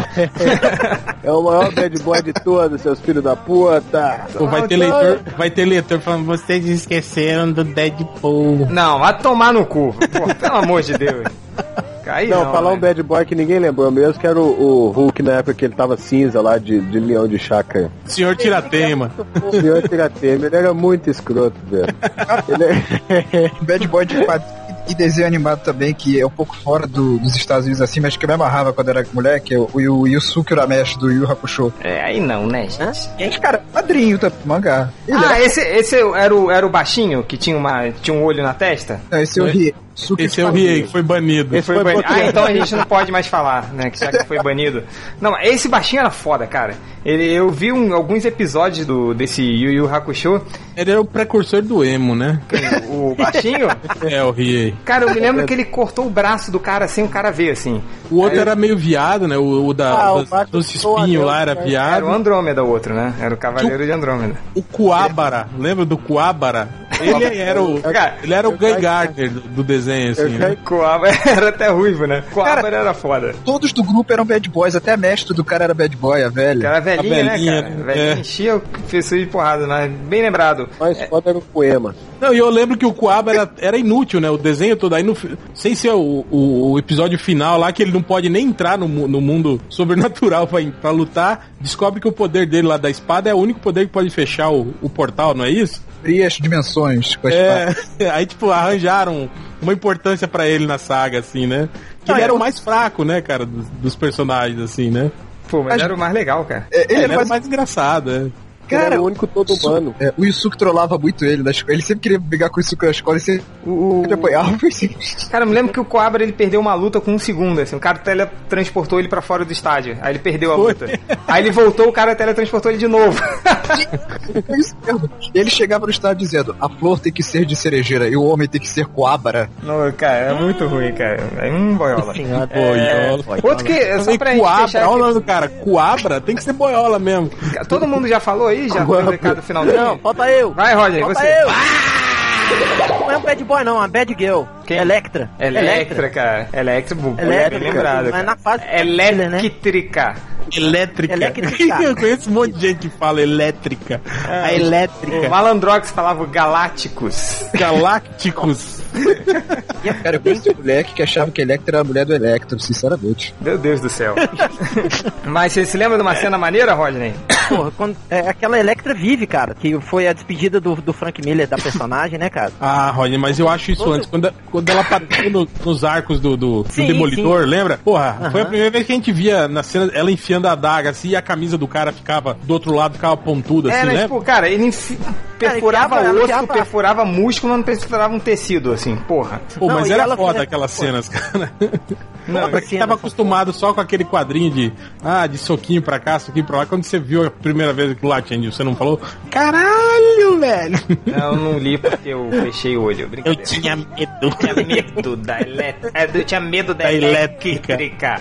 É o maior bad boy de todos, seus filhos da puta.
Pô, vai ter leitor, vai ter leitor falando, vocês esqueceram do Deadpool.
Não, vai tomar no cu. Pô, pelo amor de Deus. Cai
não,
não,
falar
né?
um bad boy que ninguém lembrou mesmo, que era o, o Hulk na época que ele tava cinza lá de, de leão de chácara.
Senhor Tiratema.
Senhor Tiratema, ele era muito escroto, velho. Ele é...
Bad boy de quadrinho e desenho animado também, que é um pouco fora do, dos Estados Unidos assim, mas que eu me amarrava quando era moleque, é o, o Yusuke Urameshi do Yu Yu Hakusho.
É, aí não, né, gente?
Gente, cara, quadrinho, tá? Mangá. Ele
ah,
era...
esse, esse era, o, era o baixinho que tinha, uma, tinha um olho na testa?
Não, esse é o Rie.
Esse é o Rie, que foi banido.
Esse foi foi banido. Ah, então a gente não pode mais falar, né? Que já que foi banido. Não, esse baixinho era foda, cara. Ele, eu vi um, alguns episódios do, desse Yu Yu Hakusho.
Ele era o precursor do emo, né?
O baixinho?
É, o Rie.
Cara, eu me lembro que ele cortou o braço do cara sem o cara ver, assim.
O outro Aí... era meio viado, né? O, o da,
ah,
das,
o
dos espinhos lá era viado.
Era o Andrômeda, o outro, né? Era o Cavaleiro o, de Andrômeda.
O Kuwabara, lembra do Kuwabara? Ele era o, ele era o Guy Gardner do, do desenho, assim. Né?
Coabra era até ruivo, né? Coabra era foda.
Todos do grupo eram bad boys, até a mestre do cara era bad boy, a velha.
Era velhinha,
a velhinha,
né, cara? A velhinha é. enchia o pessoal de porrada, né? Bem lembrado.
Mas
é.
foda era o poema.
Não, e eu lembro que o Coabra era, era inútil, né? O desenho todo. Aí, no, sem ser o, o, o episódio final lá, que ele não pode nem entrar no, no mundo sobrenatural pra, pra lutar, descobre que o poder dele lá da espada é o único poder que pode fechar o, o portal, não é isso?
Abrir as dimensões com a
espada. É, aí, tipo, arranjaram uma importância pra ele na saga, assim, né? Que não, ele era eu... o mais fraco, né, cara, dos, dos personagens, assim, né?
Pô, mas, mas era o mais legal, cara.
É, ele, ele era o mais engraçado, é.
Cara, era o único todo humano.
É, o Yusuke trollava muito ele na escola. Ele sempre queria brigar com o Yusuke na escola e sempre
o...
apoiava.
Cara, eu me lembro que o Coabra ele perdeu uma luta com um segundo. Assim, o cara teletransportou ele pra fora do estádio. Aí ele perdeu a
Foi.
luta. Aí ele voltou, o cara teletransportou ele de novo.
Ele chegava no estádio dizendo: a flor tem que ser de cerejeira e o homem tem que ser Coabra.
Não, cara, é muito ruim, cara. É um boiola.
Sim,
é...
boiola.
Outro que, só pra gente
Coabra,
fechar
olha o nome do cara, Coabra, tem que ser boiola mesmo.
Todo mundo já falou aí? Já foi o recado final dele?
Não, falta eu.
Vai, Roger,
falta
você.
eu. Não é um bad boy, não, é uma bad girl.
Quem?
Electra.
Electra, cara. Electra, Electra bem lembrado.
Mas na fase
elétrica.
Elétrica.
Elétrica.
Eu conheço um monte de gente que fala elétrica.
É,
a elétrica.
O Malandrox falava Galácticos.
Galácticos.
Cara, eu conheço um moleque que achava que Electra era a mulher do Electro, sinceramente.
Meu Deus do céu. Mas você se lembra de uma cena maneira, Rodney?
porra, quando, é, aquela Electra vive, cara, que foi a despedida do, do Frank Miller da personagem, né, cara?
Ah, Rodney, mas eu acho isso Todo... antes. Quando, quando ela bateu no, nos arcos do, do, sim, do Demolidor, sim. lembra? Porra, uhum. foi a primeira vez que a gente via na cena ela enfiando a adaga assim e a camisa do cara ficava do outro lado, ficava pontuda,
é,
assim,
né?
né?
Tipo, cara, ele enfi... perfurava cara, osso, enfiava... perfurava músculo, não perfurava um tecido, assim, porra.
Pô,
não,
mas era foda
foi...
aquelas
Pô.
cenas, cara.
Não,
pra quem tava acostumado só com aquele quadrinho de ah, de soquinho pra cá, soquinho pra lá, quando você viu a primeira vez aquilo lá, Change, você não falou? Caralho, velho!
Não, eu não li porque eu fechei o olho.
Eu tinha medo.
Eu tinha medo da elétrica. Eu tinha medo da, da elétrica. elétrica.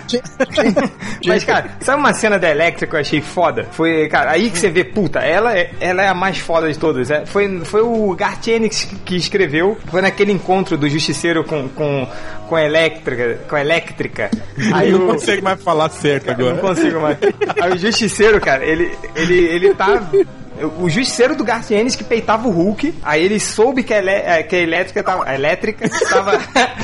Mas, cara, sabe uma cena da Elétrica que eu achei foda? Foi, cara, aí que você vê, puta, ela é, ela é a mais foda de todas. É, foi, foi o Garth Ennis que escreveu, foi naquele encontro do Justiceiro com, com, com a Elétrica. Com a Elétrica.
Aí não o... consegue mais falar certo agora.
Não consigo mais. Aí o Justiceiro, cara, ele, ele, ele tá... O justiceiro do Garth Ennis que peitava o Hulk, aí ele soube que a, ele, que a elétrica tava, a elétrica estava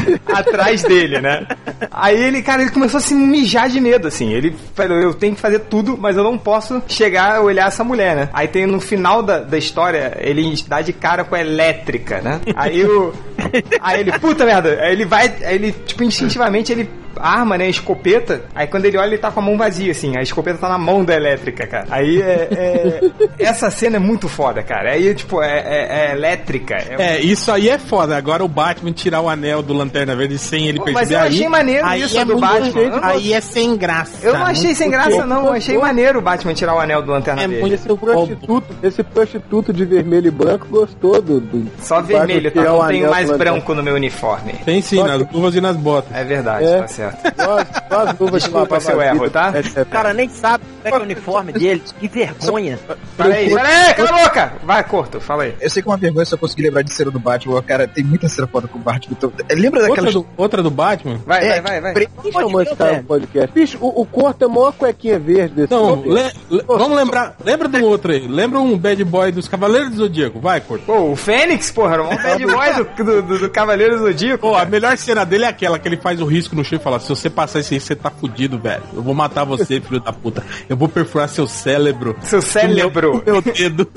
atrás dele, né? Aí ele, cara, ele começou a se mijar de medo, assim. Ele falou, eu tenho que fazer tudo, mas eu não posso chegar a olhar essa mulher, né? Aí tem no final da, da história, ele dá de cara com a elétrica, né? Aí o... Aí ele, puta merda, aí ele vai, aí ele, tipo, instintivamente ele arma, né, a escopeta, aí quando ele olha ele tá com a mão vazia, assim, a escopeta tá na mão da elétrica, cara. Aí é... é... Essa cena é muito foda, cara. Aí, tipo, é, é, é elétrica.
É, é, isso aí é foda. Agora o Batman tirar o anel do Lanterna Verde sem ele perceber.
Mas eu achei
aí,
maneiro
aí
isso
é
do Batman.
Jeito, aí é sem graça.
Eu não achei sem graça, não. Eu achei maneiro o Batman tirar o anel do Lanterna
é,
Verde.
Esse prostituto, esse prostituto de vermelho e branco gostou do... do
Só vermelho, tá? Não tenho mais branco no meu uniforme.
Tem sim, nas luvas e nas botas.
É verdade, é. Tá certo.
Só as luvas
Desculpa se eu erro, tá?
O cara nem sabe como é que é o uniforme dele. Que vergonha.
Peraí, peraí, cala a boca! Vai, Corto, fala aí.
Eu sei que é uma vergonha se eu conseguir lembrar de cena do Batman. Cara, tem muita cena foda com o Batman. Então, lembra daquela...
Outra do, outra do Batman?
Vai, é, vai, vai, vai.
Quem chamou esse cara no podcast? Bicho, o, o Corto é a maior cuequinha verde desse
Não, le, le, vamos lembrar. Lembra de um outro aí. Lembra um bad boy dos Cavaleiros do Zodíaco. Vai, Corto.
Pô, o Fênix, porra, era um bad boy do, do, do, do Cavaleiro do Zodíaco.
Pô, a melhor cena dele é aquela que ele faz o risco no chão e fala, se você passar isso aí, você tá fudido, velho. Eu vou matar você, filho da puta. Eu vou perfurar seu cérebro.
Seu cérebro.
Meu, meu dedo.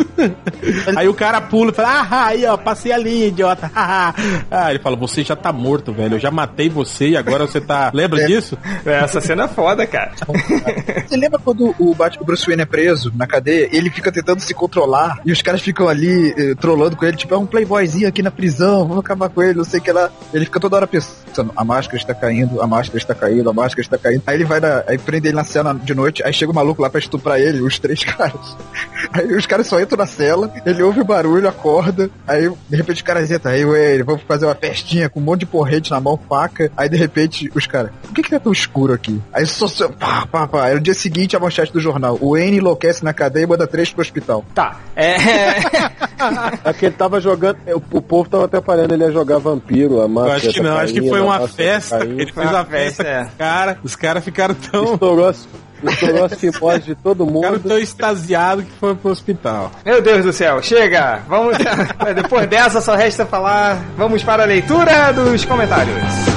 Aí o cara pula e fala, ah, aí ó, passei a linha, idiota. Ah, ele fala, você já tá morto, velho. Eu já matei você e agora você tá... Lembra
é.
disso?
Essa cena é foda, cara.
Você lembra quando o Batman, o Bruce Wayne é preso na cadeia? Ele fica tentando se controlar e os caras ficam ali eh, trolando com ele, tipo, é um playboyzinho aqui na prisão, vamos acabar com ele, não sei o que lá. Ele fica toda hora pensando, a máscara está caindo, a máscara está caindo, a máscara está caindo. Aí ele vai na, aí prende ele na cela de noite, aí chega o maluco lá pra estuprar ele, os três caras. Aí os caras só entram na cela, ele ouve o barulho, acorda, aí de repente os caras entram, aí ué, vamos fazer uma festinha com um monte de porrete na mão, faca, aí de repente os caras, por que que é tão escuro aqui? Aí só, só pá, pá, pá. Aí no dia seguinte a manchete do jornal, o Wayne enlouquece na cadeia e manda três pro hospital.
Tá, é...
É que ele tava jogando, o, o povo tava atrapalhando ele a jogar vampiro, a máscara.
Eu acho que não,
tá
acho que foi uma festa, ele fez uma festa,
é.
cara, os caras ficaram tão...
Estourou as, estourou as fimose de todo mundo.
Ficaram tão extasiados que foi pro hospital.
Meu Deus do céu, chega! Vamos... Depois dessa só resta falar, vamos para a leitura dos comentários.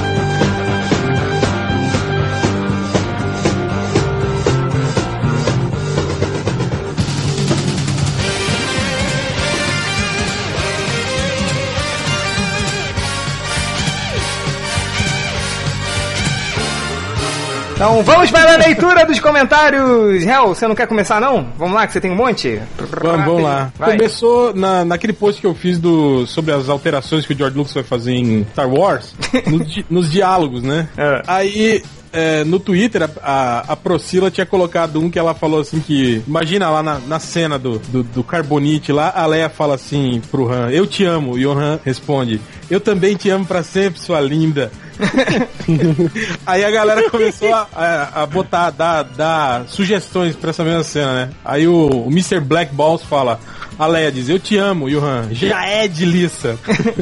Então vamos para a leitura dos comentários. Hel, você não quer começar não? Vamos lá que você tem um monte?
Vamos, vamos lá. Vai. Começou na, naquele post que eu fiz do, sobre as alterações que o George Lucas vai fazer em Star Wars, nos, nos diálogos, né? É. Aí... É, no Twitter, a, a, a Procila tinha colocado um que ela falou assim que... Imagina lá na, na cena do, do, do Carbonite lá, a Leia fala assim pro Han, eu te amo. E o Han responde, eu também te amo pra sempre, sua linda. Aí a galera começou a, a, a botar, dar, dar sugestões pra essa mesma cena, né? Aí o, o mister Black Balls fala, a Leia diz, eu te amo, e o Han, já é de liça.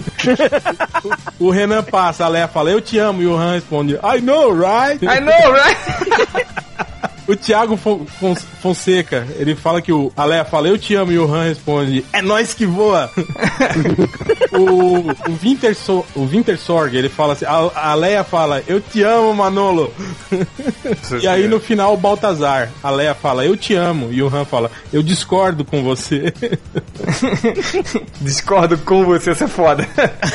O Renan passa, a Leia fala, eu te amo, e o Han responde, I know, right?
I know, right?
O Thiago Fonseca, ele fala que o, a Leia fala, eu te amo, e o Han responde, é nóis que voa. o, o, Winter so, o Winter Sorg, ele fala assim, a, a Leia fala, eu te amo, Manolo. E aí no final o Baltazar, a Leia fala, eu te amo. E o Han fala, eu discordo com você.
Discordo com você, você é foda.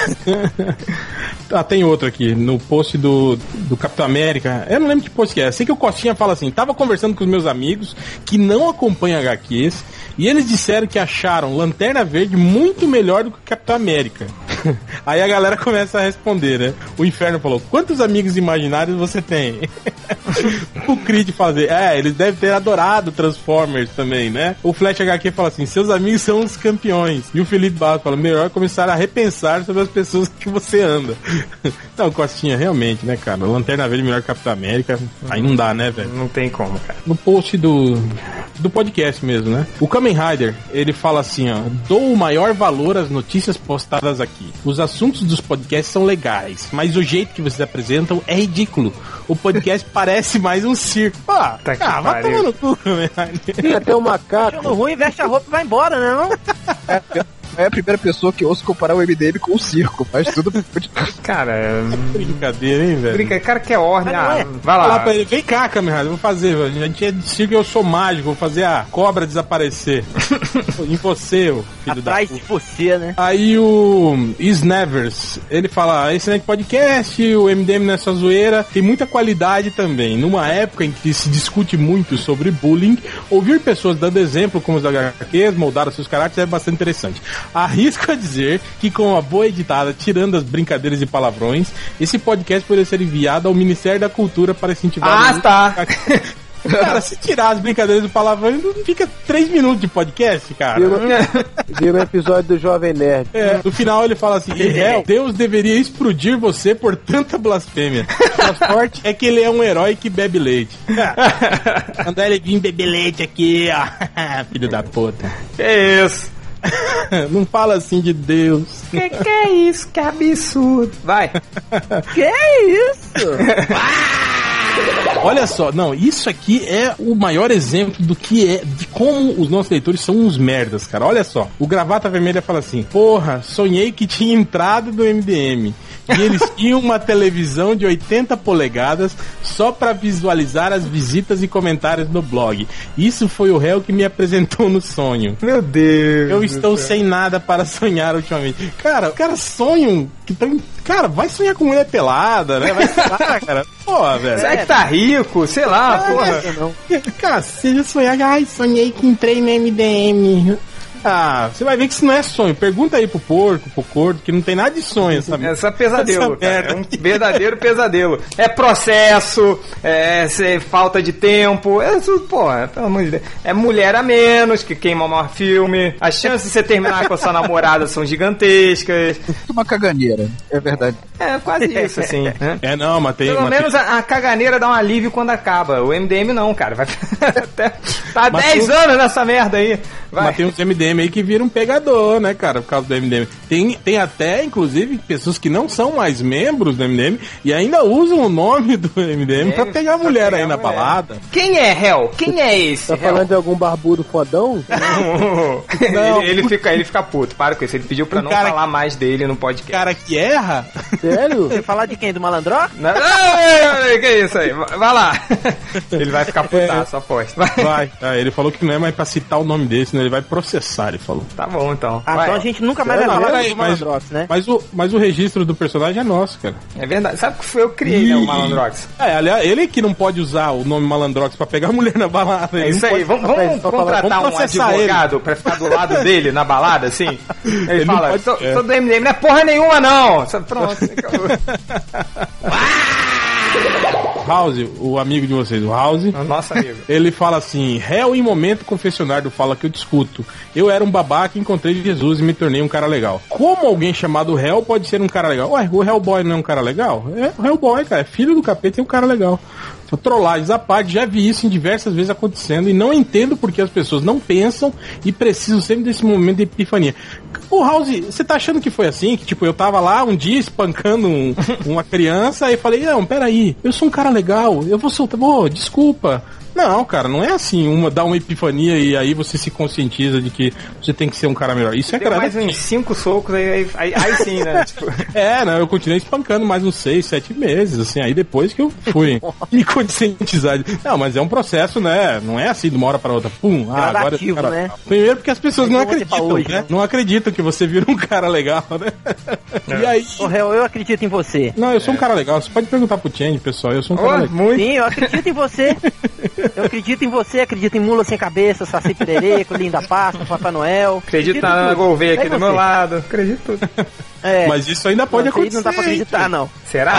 Ah, tem outro aqui, no post do, do Capitão América, eu não lembro que post que é, sei que o Costinha fala assim, tava conversando com os meus amigos que não acompanham agá quês, e eles disseram que acharam Lanterna Verde muito melhor do que o Capitão América. Aí a galera começa a responder, né? O Inferno falou, quantos amigos imaginários você tem? O Creed fala assim, é, eles devem ter adorado Transformers também, né? O Flash agá quê fala assim, seus amigos são os campeões. E o Felipe Barros fala, melhor começar a repensar sobre as pessoas que você anda. Não, Costinha, realmente, né, cara? Lanterna Verde melhor que Capitão América, aí não dá, né, velho?
Não tem como, cara.
No post do, do podcast mesmo, né? O Kamen Rider, ele fala assim, ó, dou o maior valor às notícias postadas aqui. Os assuntos dos podcasts são legais, mas o jeito que vocês apresentam é ridículo. O podcast parece mais um circo. Ah,
tá,
ah vai tomar no cu, Kamen
Rider. Até o macaco.
No ruim, veste a roupa e vai embora, né, não?
É, é a primeira pessoa que ouço comparar o M D M com o circo, mas tudo...
Cara, é...
brincadeira, hein, velho?
Brincadeira, cara que é ordem. Ah,
é.
vai lá.
Pra ele, vem cá, Kamen Rider, vou fazer, velho. A gente é de circo e eu sou mágico, vou fazer a cobra desaparecer. Em você, ô filho
Atrás
da
de você, né?
Aí o Snevers, ele fala, excelente podcast, o M D M nessa zoeira, tem muita qualidade também. Numa época em que se discute muito sobre bullying, ouvir pessoas dando exemplo como os agá quês, moldaram seus caráteres, é bastante interessante. Arrisco a dizer que com uma boa editada, tirando as brincadeiras e palavrões, esse podcast poderia ser enviado ao Ministério da Cultura para incentivar...
Ah, tá!
Cara, se tirar as brincadeiras do palavrão, fica três minutos de podcast, cara.
Viu um episódio do Jovem Nerd.
É, no final ele fala assim, é, Deus deveria explodir você por tanta blasfêmia. A sorte é que ele é um herói que bebe leite. Quando ele vir beber leite aqui, ó. Filho da puta.
Que isso?
Não fala assim de Deus.
Que que é isso? Que absurdo. Vai.
Que isso?
Olha só, não, isso aqui é o maior exemplo do que é, de como os nossos leitores são uns merdas, cara. Olha só, o Gravata Vermelha fala assim, porra, sonhei que tinha entrada do M D M. E eles tinham uma televisão de oitenta polegadas só pra visualizar as visitas e comentários no blog. Isso foi o réu que me apresentou no sonho.
Meu Deus.
Eu estou sem nada para sonhar ultimamente. Cara, os caras sonham que tão... Cara, vai sonhar com mulher pelada, né? Vai sonhar, cara. Porra, velho.
Será que tá rico? Sei lá,
ah,
porra.
Não. Cara, se eu sonhar, ai, sonhei que entrei no M D M. Ah, você vai ver que isso não é sonho. Pergunta aí pro porco, pro cordo, que não tem nada de sonho, sabe?
Essa é pesadelo, cara. É um verdadeiro pesadelo. É processo, é falta de tempo. É isso, porra, pelo amor de Deus. É mulher a menos que queima o maior filme. As chances de você terminar com a sua namorada são gigantescas.
Uma caganeira, é verdade.
É quase isso, assim. Né?
É, não, mas tem...
Pelo
mas
menos
tem...
a, a caganeira dá um alívio quando acaba. O M D M não, cara. Vai até, tá há dez anos nessa merda aí. Vai.
Mas tem uns M D M aí que viram um pegador, né, cara, por causa do M D M. Tem, tem até, inclusive, pessoas que não são mais membros do M D M e ainda usam o nome do M D M é, pra pegar a mulher pegar aí na mulher. Balada.
Quem é Hell? Quem é esse?
Tá
Hell?
falando de algum barbudo fodão?
Não. ele, ele, fica, ele fica puto, para com isso. Ele pediu pra um não falar que... mais dele no podcast.
Cara que erra?
Sério?
Você falar de quem? Do Malandro?
Não, não, não, que é isso aí? Vai lá. Ele vai ficar putaço, é. aposto. Vai.
vai. Ah, ele falou que não é mais pra citar o nome dele, senão ele vai processar, ele falou.
Tá bom, então.
Ah, então a gente nunca mais vai falar do Malandrox, né?
Mas o, mas o registro do personagem é nosso, cara.
É verdade. Sabe que foi eu que criei, e... né, o Malandrox?
É, aliás, ele que não pode usar o nome Malandrox pra pegar a mulher na balada.
É isso aí. Vamos, vamos contratar um advogado ele. pra ficar do lado dele na balada, assim? Ele, ele fala, pode... sou, é. sou do M D M, não é porra nenhuma, não. Pronto, acabou.
House, o amigo de vocês, o House.
O nosso amigo.
Ele fala assim: réu em momento confessionário fala que eu discuto. Eu era um babaca, encontrei Jesus e me tornei um cara legal. Como alguém chamado réu pode ser um cara legal? Ué, o Hellboy não é um cara legal? É o Hellboy, cara. É filho do capeta e um cara legal. Trollagens à parte, já vi isso em diversas vezes acontecendo e não entendo porque as pessoas não pensam e precisam sempre desse momento de epifania. Ô House, você tá achando que foi assim? Que tipo, eu tava lá um dia espancando um, uma criança e falei, não, peraí, eu sou um cara legal, eu vou soltar, oh, desculpa. Não, cara, não é assim, uma dá uma epifania e aí você se conscientiza de que você tem que ser um cara melhor. Isso é
Deu
cara.
mais uns cinco socos, aí, aí, aí sim, né? Tipo...
É, não, eu continuei espancando mais uns seis, sete meses, assim, aí depois que eu fui me conscientizar. Não, mas é um processo, né? Não é assim de uma hora para outra. Pum, ah, agora é cara... né? Primeiro porque as pessoas não acreditam, hoje, né? Não acreditam que você vira um cara legal, né?
É. E aí... Ô, Hel, eu acredito em você.
Não, eu sou um cara legal. Você pode perguntar pro Change, pessoal. Eu sou um cara oh, legal.
Muito. Sim, eu acredito em você. Eu acredito em você, acredito em Mula Sem Cabeça, Saci Perereco, Linda Páscoa, Papai Noel.
Acredito na Ana Gouveia aqui do meu lado. Acredito tudo.
É. Mas isso ainda pode não, acontecer.
Não dá pra acreditar, não.
Será?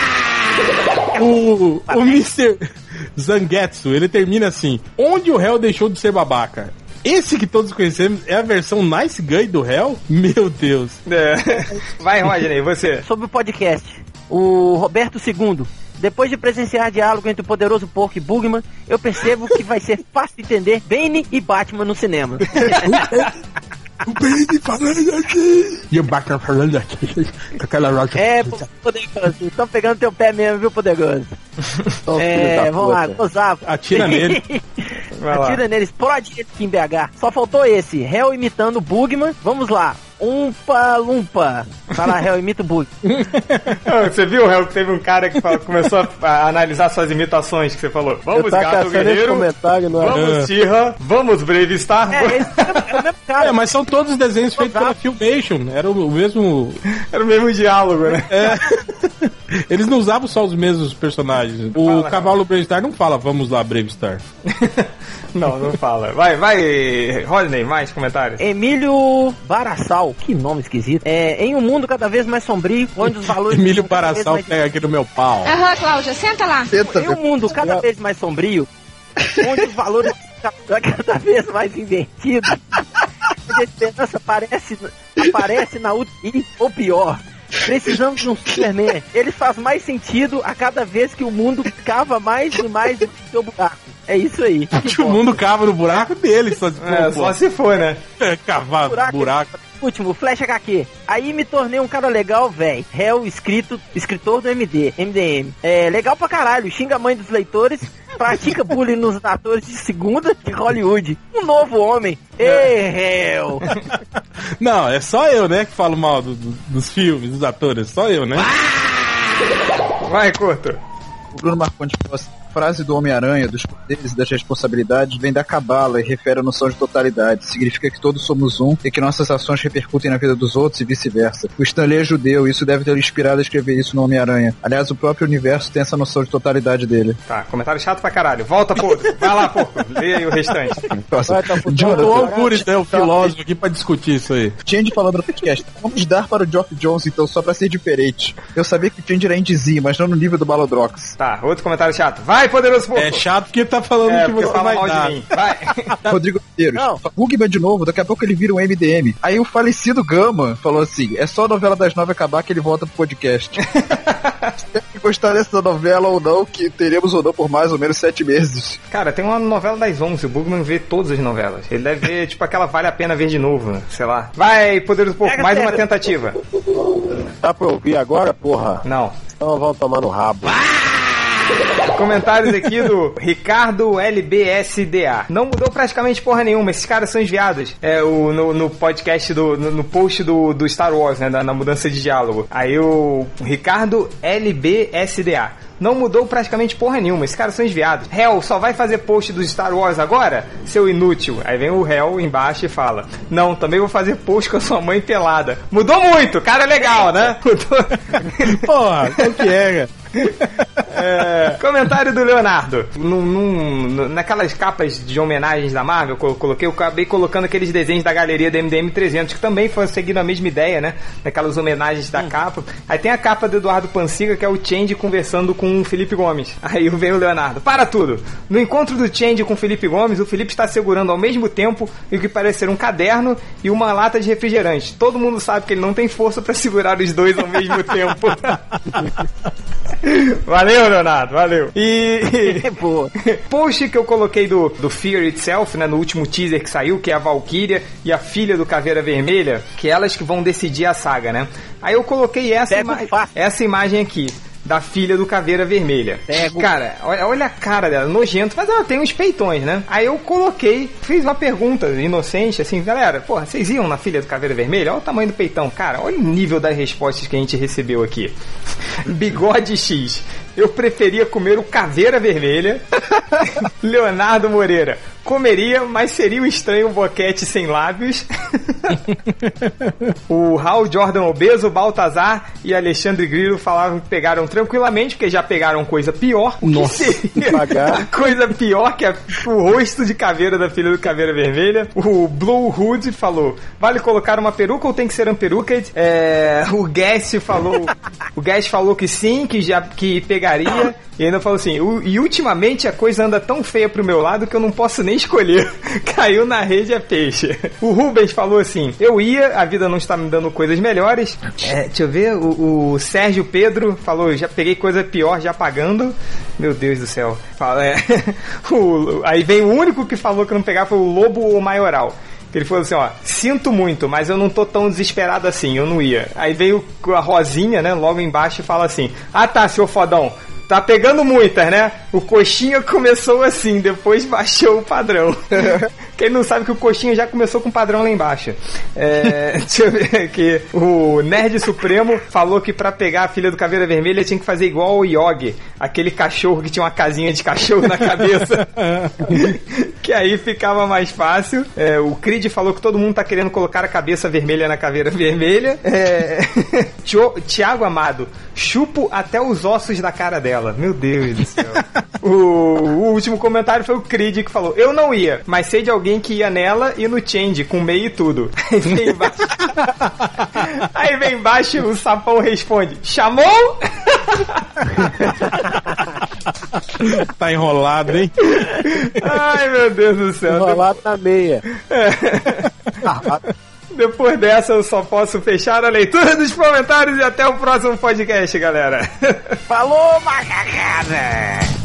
Ah! O, o mister Zangetsu, ele termina assim: onde o Hell deixou de ser babaca? Esse que todos conhecemos é a versão Nice Guy do Hell? Meu Deus.
É. Vai, Rodney, você.
Sobre o podcast, o Roberto segundo. Depois de presenciar diálogo entre o poderoso Porco e Bugman, eu percebo que vai ser fácil de entender Bane e Batman no cinema.
O Bane falando aqui. E o Batman falando aqui. Com aquela rocha.
É, poderoso. Estão pegando teu pé mesmo, viu, poderoso? Oh, é, vamos lá, gozar.
Atira nele.
Atira nele, explode ele aqui em B H. Só faltou esse, Hell imitando o Bugman. Vamos lá. Umpa Lumpa. Fala, Hell, imita o Bug.
Você viu, Hell, que teve um cara que falou, começou a, a analisar suas imitações que você falou. Vamos, Gato Guerreiro. Vamos, She-Ra. Vamos, Brave Star.
É, esse é o mesmo cara.
É, mas são todos desenhos feitos pela Filmation. Era o mesmo...
Era o mesmo diálogo, né?
É. Eles não usavam só os mesmos personagens. O fala, cavalo Brave Star não fala, vamos lá, Brave Star.
Não, não fala. Vai, vai, Rodney, mais comentários.
Emílio Barassal, que nome esquisito. É, em um mundo cada vez mais sombrio, onde os valores...
Emílio Barassal mais... pega aqui no meu pau.
Aham, uhum, Cláudia, senta lá.
Senta, em um mundo cada vez mais sombrio, onde os valores estão cada vez mais invertidos, onde a esperança aparece, aparece na U T I, ou pior... Precisamos de um Superman. Ele faz mais sentido a cada vez que o mundo cava mais e mais no seu buraco. É isso aí.
Que o mundo cava no buraco dele, só se for.
É, só se for, né?
É, cavar buraco. buraco.
Último, Flash H Q. Aí me tornei um cara legal, velho. Hell, escrito, escritor do M D, M D M. É legal pra caralho. Xinga a mãe dos leitores. Pratica bullying nos atores de segunda de Hollywood. Um novo homem. Ei, Hell.
Não, é só eu, né, que falo mal do, do, dos filmes, dos atores. Só eu, né?
Vai, Couto.
O Bruno Marcondes falou assim: a frase do Homem-Aranha, dos poderes e das responsabilidades, vem da Cabala e refere à noção de totalidade. Significa que todos somos um e que nossas ações repercutem na vida dos outros e vice-versa. O Stan Lee é judeu e isso deve ter inspirado a escrever isso no Homem-Aranha. Aliás, o próprio universo tem essa noção de totalidade dele.
Tá, comentário chato pra caralho. Volta, Porco. Vai lá, Porco. Lê aí o restante.
Nossa, John Algures, né, o filósofo aqui pra discutir isso aí.
Change falando no podcast. Vamos dar para o Geoff Jones, então, só pra ser diferente. Eu sabia que o Change era indizinho, mas não no nível do Balodrox.
Tá, outro comentário chato. Vai, poderoso Porco.
É chato porque tá falando
é,
que você
fala
vai
mal
dar.
de mim. Vai.
Rodrigo Medeiros. Bugman de novo, daqui a pouco ele vira um M D M. Aí o falecido Gama falou assim: é só a novela das nove acabar que ele volta pro podcast. Se tem que gostar dessa novela ou não, que teremos ou não por mais ou menos sete meses.
Cara, tem uma novela das onze, o Bugman vê todas as novelas. Ele deve ver, tipo, aquela Vale a Pena Ver de Novo, né? Sei lá. Vai, poderoso Porco, Pega mais sério. Uma tentativa.
Tá pra ouvir agora, porra?
Não.
Então vamos tomar no rabo.
Comentários aqui do Ricardo L B S D A. Não mudou praticamente porra nenhuma, esses caras são enviados. É, o, no, no podcast, do, no, no post do, do Star Wars, né, da, na mudança de diálogo. Aí o Ricardo L B S D A. Não mudou praticamente porra nenhuma, esses caras são desviados. Hell, só vai fazer post do Star Wars agora? Seu inútil. Aí vem o Hell embaixo e fala: não, também vou fazer post com a sua mãe pelada. Mudou muito, cara é legal, né? Mudou.
Porra, qual que é,
é, comentário do Leonardo. Num, num, naquelas capas de homenagens da Marvel que eu coloquei, eu acabei colocando aqueles desenhos da galeria da M D M trezentos, que também foi seguindo a mesma ideia, né? Naquelas homenagens da hum. capa. Aí tem a capa do Eduardo Panciga, que é o Change conversando com o Felipe Gomes. Aí vem o Leonardo: para tudo! No encontro do Change com o Felipe Gomes, o Felipe está segurando ao mesmo tempo o que parece ser um caderno e uma lata de refrigerante. Todo mundo sabe que ele não tem força para segurar os dois ao mesmo tempo. Valeu, Leonardo, valeu. E post que eu coloquei do, do Fear Itself, né, no último teaser que saiu, que é a Valkyria e a filha do Caveira Vermelha, que é elas que vão decidir a saga, né? Aí eu coloquei essa, ima- essa imagem aqui. da filha do Caveira Vermelha.
Pego.
Cara, olha, olha a cara dela, nojento, mas ela tem uns peitões, né? Aí eu coloquei, fiz uma pergunta inocente, assim, galera, porra, vocês iam na filha do Caveira Vermelha? Olha o tamanho do peitão. Cara, olha o nível das respostas que a gente recebeu aqui. Bigode X. Eu preferia comer o Caveira Vermelha. Leonardo Moreira. Comeria, mas seria um estranho boquete sem lábios. O Raul Jordan Obeso, Baltazar e Alexandre Grilo falavam que pegaram tranquilamente, porque já pegaram coisa pior. O
Nossa,
que seria a coisa pior que a, o rosto de caveira da filha do Caveira Vermelha. O Blue Hood falou: vale colocar uma peruca ou tem que ser unperuced? É, o Guest falou: o Guest falou que sim, que já que pegaria. E ainda falou assim: e ultimamente a coisa anda tão feia pro meu lado que eu não posso nem escolher. Caiu na rede é peixe. O Rubens falou assim: eu ia, a vida não está me dando coisas melhores. É, deixa eu ver. O, o Sérgio Pedro falou: já peguei coisa pior já pagando. Meu Deus do céu. Fala, é. o, aí vem o único que falou que não pegava foi o Lobo Maioral. Ele falou assim, ó, sinto muito, mas eu não tô tão desesperado assim, eu não ia. Aí veio a Rosinha, né, logo embaixo e fala assim: ah tá, seu fodão, tá pegando muitas, né? O Coxinha começou assim, depois baixou o padrão. Quem não sabe que o Coxinha já começou com o padrão lá embaixo. É, deixa eu ver aqui. O Nerd Supremo falou que pra pegar a filha do Caveira Vermelha tinha que fazer igual o Yogi, aquele cachorro que tinha uma casinha de cachorro na cabeça. Que aí ficava mais fácil. É, o Creed falou que todo mundo tá querendo colocar a cabeça vermelha na Caveira Vermelha. É, Tiago Amado, chupo até os ossos da cara dela. Meu Deus do céu. O, o último comentário foi o Creed que falou: eu não ia, mas sei de alguém que ia nela e no Change, com meio e tudo. Aí vem embaixo, aí vem embaixo o Sapão responde: chamou?
Tá enrolado, hein?
Ai, meu Deus do céu.
Enrolado na meia.
É. Depois dessa eu só posso fechar a leitura dos comentários e até o próximo podcast, galera.
Falou, macacada!